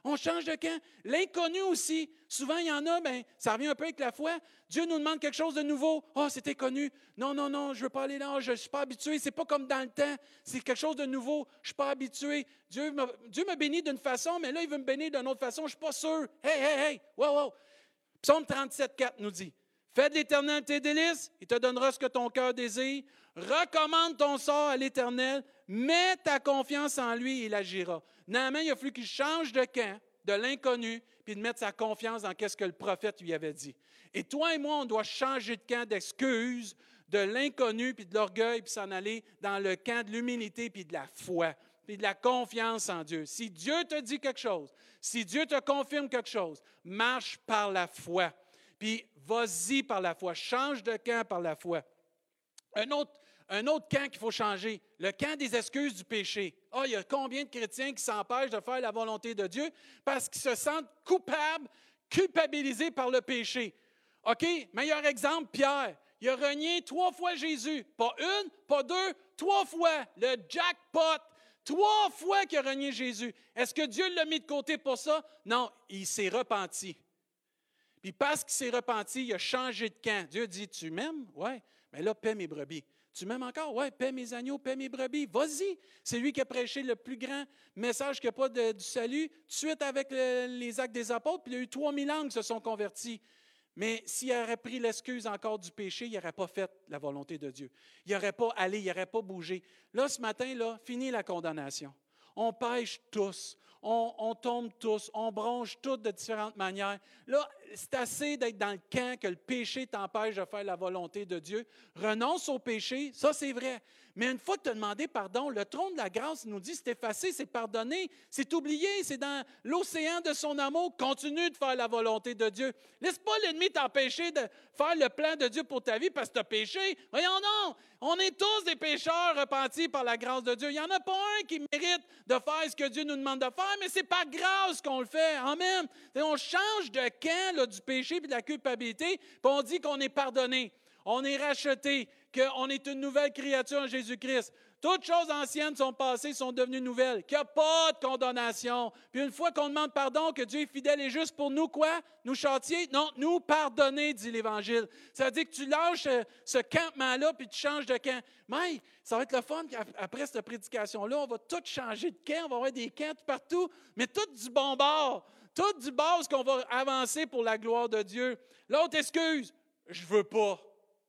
On change de camp. L'inconnu aussi. Souvent, il y en a, ça revient un peu avec la foi. Dieu nous demande quelque chose de nouveau. « Ah, c'est inconnu. Non, je ne veux pas aller là. Je ne suis pas habitué. C'est pas comme dans le temps. C'est quelque chose de nouveau. Je ne suis pas habitué. Dieu me bénit d'une façon, mais là, il veut me bénir d'une autre façon. Je ne suis pas sûr. Hey. Wow. Psaume 37, 4 nous dit, « Fais de l'Éternel tes délices. Il te donnera ce que ton cœur désire. Recommande ton sort à l'Éternel. Mets ta confiance en lui et il agira. » Naaman, il a fallu qu'il change de camp, de l'inconnu, puis de mettre sa confiance dans ce que le prophète lui avait dit. Et toi et moi, on doit changer de camp d'excuses, de l'inconnu, puis de l'orgueil, puis s'en aller dans le camp de l'humilité, puis de la foi, puis de la confiance en Dieu. Si Dieu te dit quelque chose, si Dieu te confirme quelque chose, marche par la foi. Puis vas-y par la foi, change de camp par la foi. Un autre camp qu'il faut changer, le camp des excuses du péché. Ah, il y a combien de chrétiens qui s'empêchent de faire la volonté de Dieu parce qu'ils se sentent coupables, culpabilisés par le péché. OK, meilleur exemple, Pierre. Il a renié 3 fois Jésus. Pas 1, pas 2, 3 fois. Le jackpot. 3 fois qu'il a renié Jésus. Est-ce que Dieu l'a mis de côté pour ça? Non, il s'est repenti. Puis parce qu'il s'est repenti, il a changé de camp. Dieu dit, tu m'aimes? Oui, mais là, paie mes brebis. Tu m'aimes encore? Oui, paie mes agneaux, paie mes brebis. Vas-y. C'est lui qui a prêché le plus grand message qu'il n'y a pas du salut. Tout de suite avec les actes des apôtres, puis il y a eu 3000 âmes qui se sont convertis. Mais s'il aurait pris l'excuse encore du péché, il n'aurait pas fait la volonté de Dieu. Il n'aurait pas allé, il n'aurait pas bougé. Là, ce matin, fini la condamnation. On pêche tous. On tombe tous, on bronche tous de différentes manières. Là, c'est assez d'être dans le camp que le péché t'empêche de faire la volonté de Dieu. Renonce au péché, ça c'est vrai. Mais une fois que tu as demandé pardon, le trône de la grâce nous dit c'est effacé, c'est pardonné, c'est oublié, c'est dans l'océan de son amour. Continue de faire la volonté de Dieu. Laisse pas l'ennemi t'empêcher de faire le plan de Dieu pour ta vie parce que tu as péché. Voyons non, on est tous des pécheurs repentis par la grâce de Dieu. Il n'y en a pas un qui mérite de faire ce que Dieu nous demande de faire, mais c'est par grâce qu'on le fait. Amen. Et on change de camp là, du péché et de la culpabilité, puis on dit qu'on est pardonné, on est racheté, qu'on est une nouvelle créature en Jésus-Christ. Toutes choses anciennes sont passées, sont devenues nouvelles, qu'il n'y a pas de condamnation. Puis une fois qu'on demande pardon, que Dieu est fidèle et juste pour nous, quoi? Nous châtier? Non, nous pardonner, dit l'Évangile. Ça veut dire que tu lâches ce campement-là, puis tu changes de camp. Mais ça va être le fun, après cette prédication-là, on va tout changer de camp, on va avoir des camps partout, mais tout du bon bord. Tout du bord, qu'on va avancer pour la gloire de Dieu. L'autre excuse, je ne veux pas.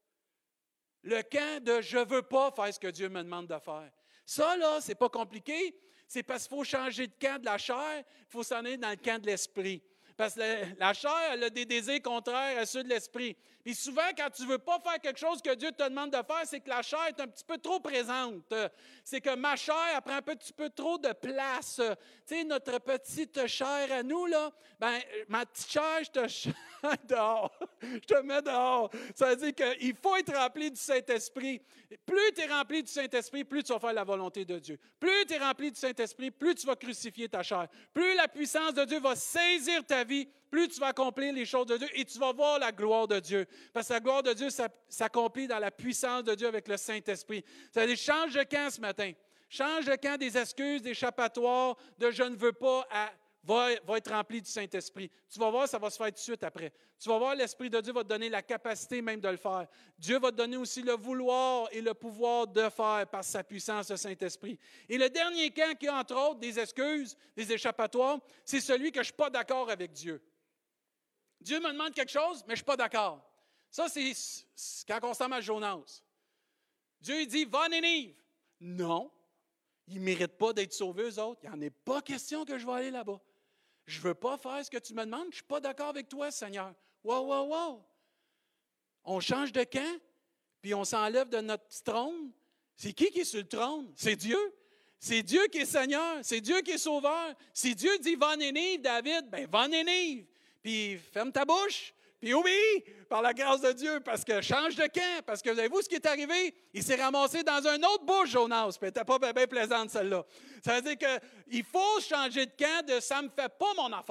Le camp de « je ne veux pas faire ce que Dieu me demande de faire ». Ça, là, c'est pas compliqué. C'est parce qu'il faut changer de camp de la chair, il faut s'en aller dans le camp de l'esprit. Parce que la chair, elle a des désirs contraires à ceux de l'esprit. Puis souvent, quand tu ne veux pas faire quelque chose que Dieu te demande de faire, c'est que la chair est un petit peu trop présente. C'est que ma chair, elle prend un petit peu trop de place. Tu sais, notre petite chair à nous, là, ma petite chair, je te dehors. Je te mets dehors. Ça veut dire qu'il faut être rempli du Saint-Esprit. Plus tu es rempli du Saint-Esprit, plus tu vas faire la volonté de Dieu. Plus tu es rempli du Saint-Esprit, plus tu vas crucifier ta chair. Plus la puissance de Dieu va saisir ta vie, plus tu vas accomplir les choses de Dieu et tu vas voir la gloire de Dieu. Parce que la gloire de Dieu s'accomplit dans la puissance de Dieu avec le Saint-Esprit. Ça veut dire, change de camp ce matin. Change de camp des excuses, des échappatoires, de je ne veux pas va être rempli du Saint-Esprit. Tu vas voir, ça va se faire tout de suite après. Tu vas voir, l'Esprit de Dieu va te donner la capacité même de le faire. Dieu va te donner aussi le vouloir et le pouvoir de faire par sa puissance, le Saint-Esprit. Et le dernier camp qui a, entre autres, des excuses, des échappatoires, c'est celui que je ne suis pas d'accord avec Dieu. Dieu me demande quelque chose, mais je ne suis pas d'accord. Ça, c'est quand on s'en met à Jonas. Dieu il dit, va à Nénive. Non, ils ne méritent pas d'être sauvés, eux autres. Il n'y en a pas question que je vais aller là-bas. Je ne veux pas faire ce que tu me demandes. Je ne suis pas d'accord avec toi, Seigneur. Wow. On change de camp, puis on s'enlève de notre trône. C'est qui est sur le trône? C'est Dieu. C'est Dieu qui est Seigneur. C'est Dieu qui est Sauveur. Si Dieu dit, va à Nénive, David, va à Nénive. Puis ferme ta bouche. Puis obéis par la grâce de Dieu, parce que change de camp, parce que vous avez vu ce qui est arrivé? Il s'est ramassé dans un autre bouche, Jonas, puis elle n'était pas bien plaisante, celle-là. Ça veut dire qu'il faut changer de camp de « ça ne me fait pas mon affaire ».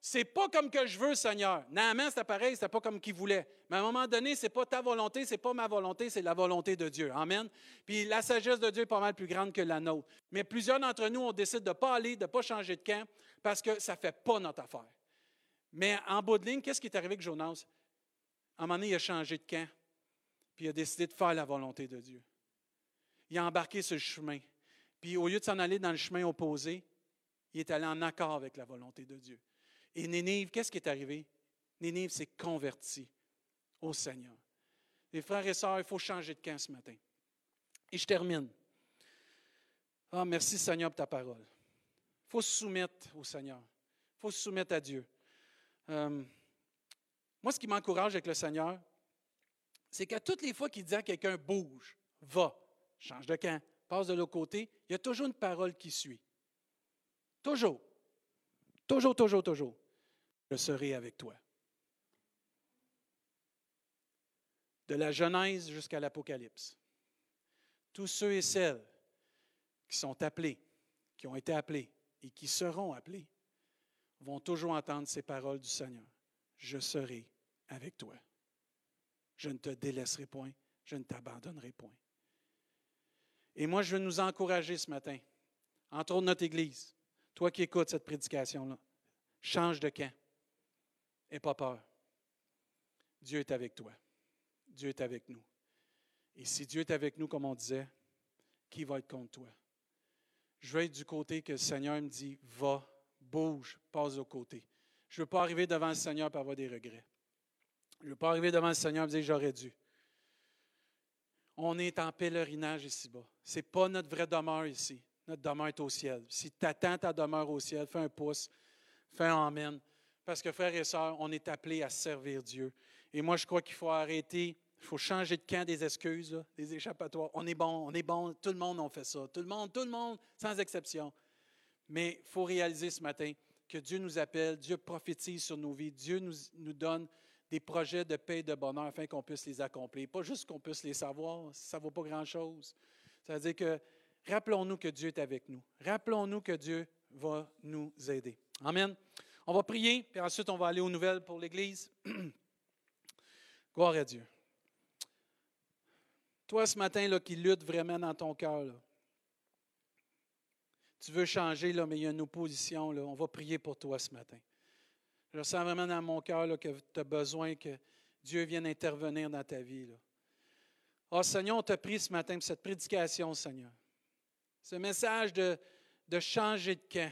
c'est pas comme que je veux, Seigneur. Naaman, c'était pareil, c'était pas comme qu'il voulait. Mais à un moment donné, c'est pas ta volonté, c'est pas ma volonté, c'est la volonté de Dieu. Amen. Puis la sagesse de Dieu est pas mal plus grande que la nôtre. Mais plusieurs d'entre nous, on décide de ne pas aller, de ne pas changer de camp parce que ça ne fait pas notre affaire. Mais en bout de ligne, qu'est-ce qui est arrivé avec Jonas? À un moment donné, il a changé de camp, puis il a décidé de faire la volonté de Dieu. Il a embarqué sur le chemin. Puis au lieu de s'en aller dans le chemin opposé, il est allé en accord avec la volonté de Dieu. Et Nénive, qu'est-ce qui est arrivé? Nénive s'est converti au Seigneur. Les frères et sœurs, il faut changer de camp ce matin. Et je termine. Ah, merci Seigneur pour ta parole. Il faut se soumettre au Seigneur. Il faut se soumettre à Dieu. Moi, ce qui m'encourage avec le Seigneur, c'est qu'à toutes les fois qu'il dit à quelqu'un bouge, va, change de camp, passe de l'autre côté, il y a toujours une parole qui suit. Toujours. Toujours, toujours, toujours. Je serai avec toi. De la Genèse jusqu'à l'Apocalypse. Tous ceux et celles qui sont appelés, qui ont été appelés et qui seront appelés, vont toujours entendre ces paroles du Seigneur. Je serai avec toi. Je ne te délaisserai point, je ne t'abandonnerai point. Et moi, je veux nous encourager ce matin, entre autres notre Église, toi qui écoutes cette prédication-là, change de camp. N'aie pas peur. Dieu est avec toi. Dieu est avec nous. Et si Dieu est avec nous, comme on disait, qui va être contre toi? Je veux être du côté que le Seigneur me dit, va, bouge, passe au côté. Je ne veux pas arriver devant le Seigneur et avoir des regrets. Je ne veux pas arriver devant le Seigneur et me dire, j'aurais dû. On est en pèlerinage ici-bas. Ce n'est pas notre vraie demeure ici. Notre demeure est au ciel. Si tu attends ta demeure au ciel, fais un pouce, fais un amen. Parce que, frères et sœurs, on est appelés à servir Dieu. Et moi, je crois qu'il faut arrêter, il faut changer de camp des excuses, là, des échappatoires. On est bon, tout le monde a fait ça. Tout le monde, sans exception. Mais il faut réaliser ce matin que Dieu nous appelle, Dieu prophétise sur nos vies, Dieu nous donne des projets de paix et de bonheur afin qu'on puisse les accomplir. Pas juste qu'on puisse les savoir, ça ne vaut pas grand-chose. Ça veut dire que rappelons-nous que Dieu est avec nous. Rappelons-nous que Dieu va nous aider. Amen. On va prier, puis ensuite on va aller aux nouvelles pour l'Église. Gloire à Dieu. Toi, ce matin, là, qui lutte vraiment dans ton cœur, là, tu veux changer, là, mais il y a une opposition. Là, on va prier pour toi ce matin. Je sens vraiment dans mon cœur là, que tu as besoin que Dieu vienne intervenir dans ta vie. Là. Oh Seigneur, on t'a prie ce matin pour cette prédication, Seigneur. Ce message de changer de camp.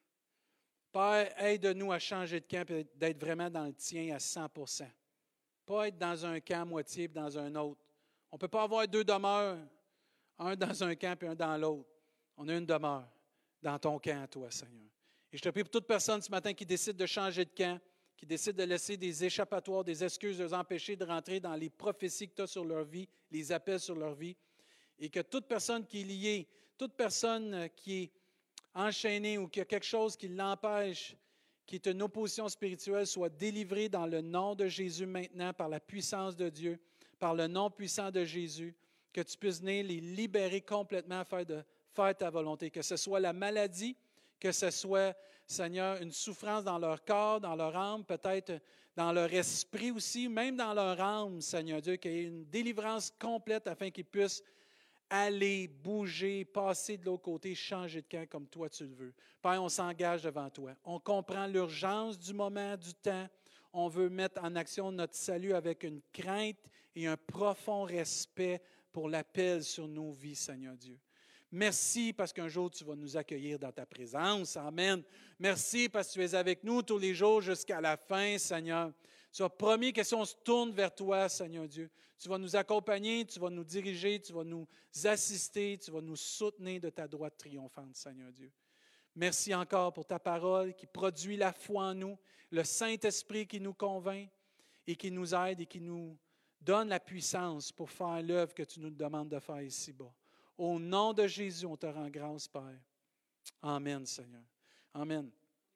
Père, aide-nous à changer de camp et d'être vraiment dans le tien à 100%. Pas être dans un camp à moitié et dans un autre. On ne peut pas avoir deux demeures, un dans un camp et un dans l'autre. On a une demeure dans ton camp, toi, Seigneur. Et je te prie pour toute personne ce matin qui décide de changer de camp, qui décide de laisser des échappatoires, des excuses, de les empêcher de rentrer dans les prophéties que tu as sur leur vie, les appels sur leur vie, et que toute personne qui est liée, toute personne qui est enchaînée ou qui a quelque chose qui l'empêche, qui est une opposition spirituelle, soit délivrée dans le nom de Jésus maintenant, par la puissance de Dieu, par le nom puissant de Jésus, que tu puisses venir les libérer complètement afin de faire ta volonté, que ce soit la maladie, que ce soit, Seigneur, une souffrance dans leur corps, dans leur âme, peut-être dans leur esprit aussi, même dans leur âme, Seigneur Dieu, qu'il y ait une délivrance complète afin qu'ils puissent aller, bouger, passer de l'autre côté, changer de camp comme toi tu le veux. Père, on s'engage devant toi. On comprend l'urgence du moment, du temps. On veut mettre en action notre salut avec une crainte et un profond respect pour l'appel sur nos vies, Seigneur Dieu. Merci parce qu'un jour, tu vas nous accueillir dans ta présence. Amen. Merci parce que tu es avec nous tous les jours jusqu'à la fin, Seigneur. Tu as promis que si on se tourne vers toi, Seigneur Dieu, tu vas nous accompagner, tu vas nous diriger, tu vas nous assister, tu vas nous soutenir de ta droite triomphante, Seigneur Dieu. Merci encore pour ta parole qui produit la foi en nous, le Saint-Esprit qui nous convainc et qui nous aide et qui nous donne la puissance pour faire l'œuvre que tu nous demandes de faire ici-bas. Au nom de Jésus, on te rend grâce, Père. Amen, Seigneur. Amen.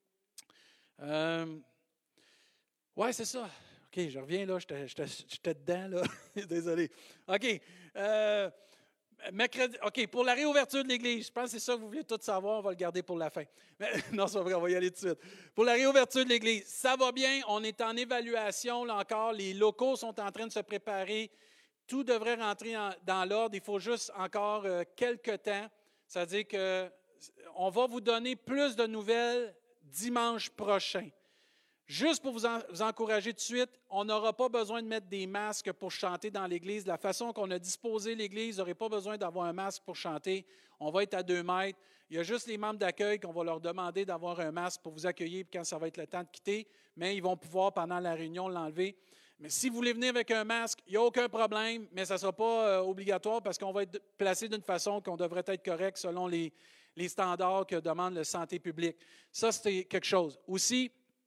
Oui, c'est ça. OK, je reviens là. J'étais dedans, là. Désolé. OK. Mercredi, OK, pour la réouverture de l'Église, je pense que c'est ça que vous voulez tout savoir, on va le garder pour la fin. Mais, non, c'est pas vrai, on va y aller tout de suite. Pour la réouverture de l'Église, ça va bien, on est en évaluation, là encore, les locaux sont en train de se préparer, tout devrait rentrer dans l'ordre, il faut juste encore quelques temps, c'est-à-dire qu'on va vous donner plus de nouvelles dimanche prochain. Juste pour vous encourager tout de suite, on n'aura pas besoin de mettre des masques pour chanter dans l'Église. La façon qu'on a disposé l'Église, vous n'aurez pas besoin d'avoir un masque pour chanter. On va être à 2 mètres. Il y a juste les membres d'accueil qu'on va leur demander d'avoir un masque pour vous accueillir quand ça va être le temps de quitter, mais ils vont pouvoir, pendant la réunion, l'enlever. Mais si vous voulez venir avec un masque, il n'y a aucun problème, mais ça ne sera pas obligatoire parce qu'on va être placé d'une façon qu'on devrait être correct selon les standards que demande la santé publique. Ça, c'est quelque chose. Aussi,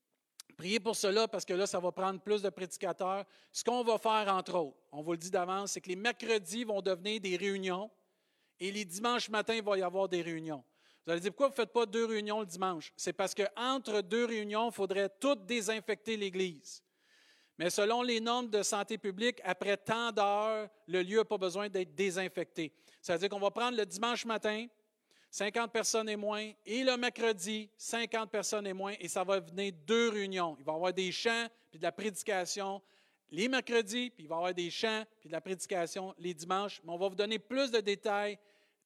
priez pour cela parce que là, ça va prendre plus de prédicateurs. Ce qu'on va faire, entre autres, on vous le dit d'avance, c'est que les mercredis vont devenir des réunions et les dimanches matins, il va y avoir des réunions. Vous allez dire, pourquoi vous ne faites pas 2 réunions le dimanche? C'est parce qu'entre 2 réunions, il faudrait toutes désinfecter l'Église. Mais selon les normes de santé publique, après tant d'heures, le lieu n'a pas besoin d'être désinfecté. C'est-à-dire qu'on va prendre le dimanche matin, 50 personnes et moins, et le mercredi, 50 personnes et moins, et ça va venir 2 réunions. Il va y avoir des chants puis de la prédication les mercredis, puis il va y avoir des chants puis de la prédication les dimanches. Mais on va vous donner plus de détails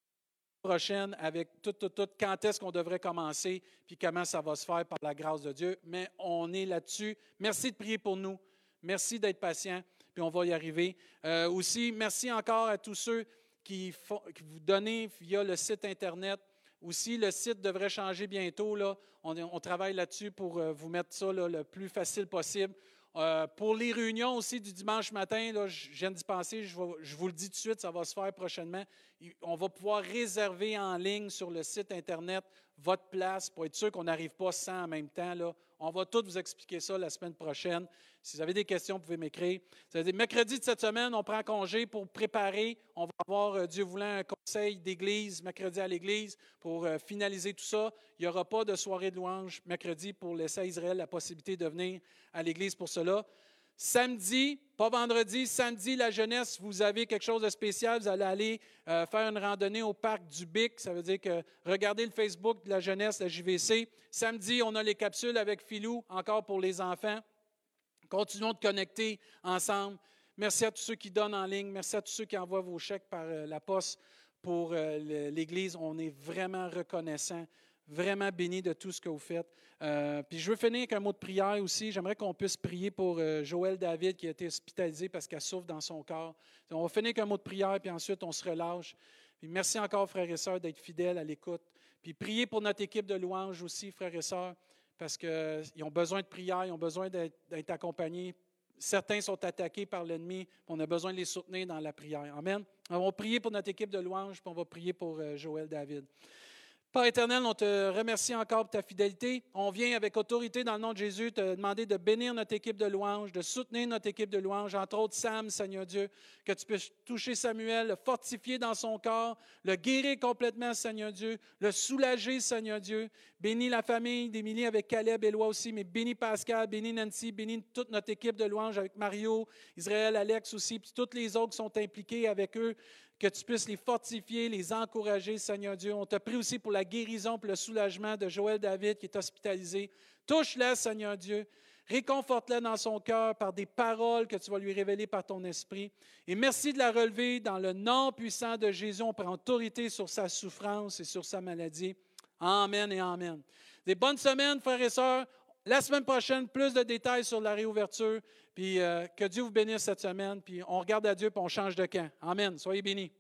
prochaine avec tout, quand est-ce qu'on devrait commencer, puis comment ça va se faire par la grâce de Dieu. Mais on est là-dessus. Merci de prier pour nous. Merci d'être patient, puis on va y arriver. Aussi, merci encore à tous ceux qui vous donnez via le site Internet. Aussi, le site devrait changer bientôt. Là. On travaille là-dessus pour vous mettre ça là, le plus facile possible. Pour les réunions aussi du dimanche matin, là, je viens d'y penser, je vous le dis tout de suite, ça va se faire prochainement. On va pouvoir réserver en ligne sur le site Internet votre place pour être sûr qu'on n'arrive pas 100 en même temps. Là. On va tout vous expliquer ça la semaine prochaine. Si vous avez des questions, vous pouvez m'écrire. C'est-à-dire, mercredi de cette semaine, on prend congé pour préparer. On va avoir, Dieu voulant, un conseil d'église, mercredi à l'église, pour finaliser tout ça. Il n'y aura pas de soirée de louange mercredi pour laisser à Israël la possibilité de venir à l'église pour cela. Samedi, pas vendredi, samedi, la jeunesse, vous avez quelque chose de spécial. Vous allez aller faire une randonnée au parc du Bic. Ça veut dire que regardez le Facebook de la jeunesse, la JVC. Samedi, on a les capsules avec Philou, encore pour les enfants. Continuons de connecter ensemble. Merci à tous ceux qui donnent en ligne. Merci à tous ceux qui envoient vos chèques par la poste pour l'Église. On est vraiment reconnaissants, vraiment bénis de tout ce que vous faites. Puis je veux finir avec un mot de prière aussi. J'aimerais qu'on puisse prier pour Joël David qui a été hospitalisé parce qu'elle souffre dans son corps. On va finir avec un mot de prière, puis ensuite on se relâche. Puis merci encore, frères et sœurs, d'être fidèles à l'écoute. Puis priez pour notre équipe de louanges aussi, frères et sœurs, parce qu'ils ont besoin de prière, ils ont besoin d'être accompagnés. Certains sont attaqués par l'ennemi, on a besoin de les soutenir dans la prière. Amen. On va prier pour notre équipe de louanges, puis on va prier pour Joël David. Père éternel, on te remercie encore pour ta fidélité. On vient avec autorité dans le nom de Jésus te demander de bénir notre équipe de louanges, de soutenir notre équipe de louanges, entre autres Sam, Seigneur Dieu, que tu puisses toucher Samuel, le fortifier dans son corps, le guérir complètement, Seigneur Dieu, le soulager, Seigneur Dieu. Bénis la famille d'Émilie avec Caleb et Loi aussi, mais bénis Pascal, bénis Nancy, bénis toute notre équipe de louanges avec Mario, Israël, Alex aussi, puis tous les autres qui sont impliqués avec eux. Que tu puisses les fortifier, les encourager, Seigneur Dieu. On te prie aussi pour la guérison, pour le soulagement de Joël David qui est hospitalisé. Touche-le, Seigneur Dieu. Réconforte-le dans son cœur par des paroles que tu vas lui révéler par ton esprit. Et merci de la relever dans le nom puissant de Jésus. On prend autorité sur sa souffrance et sur sa maladie. Amen et amen. Des bonnes semaines, frères et sœurs. La semaine prochaine, plus de détails sur la réouverture. Puis que Dieu vous bénisse cette semaine. Puis on regarde à Dieu puis on change de camp. Amen. Soyez bénis.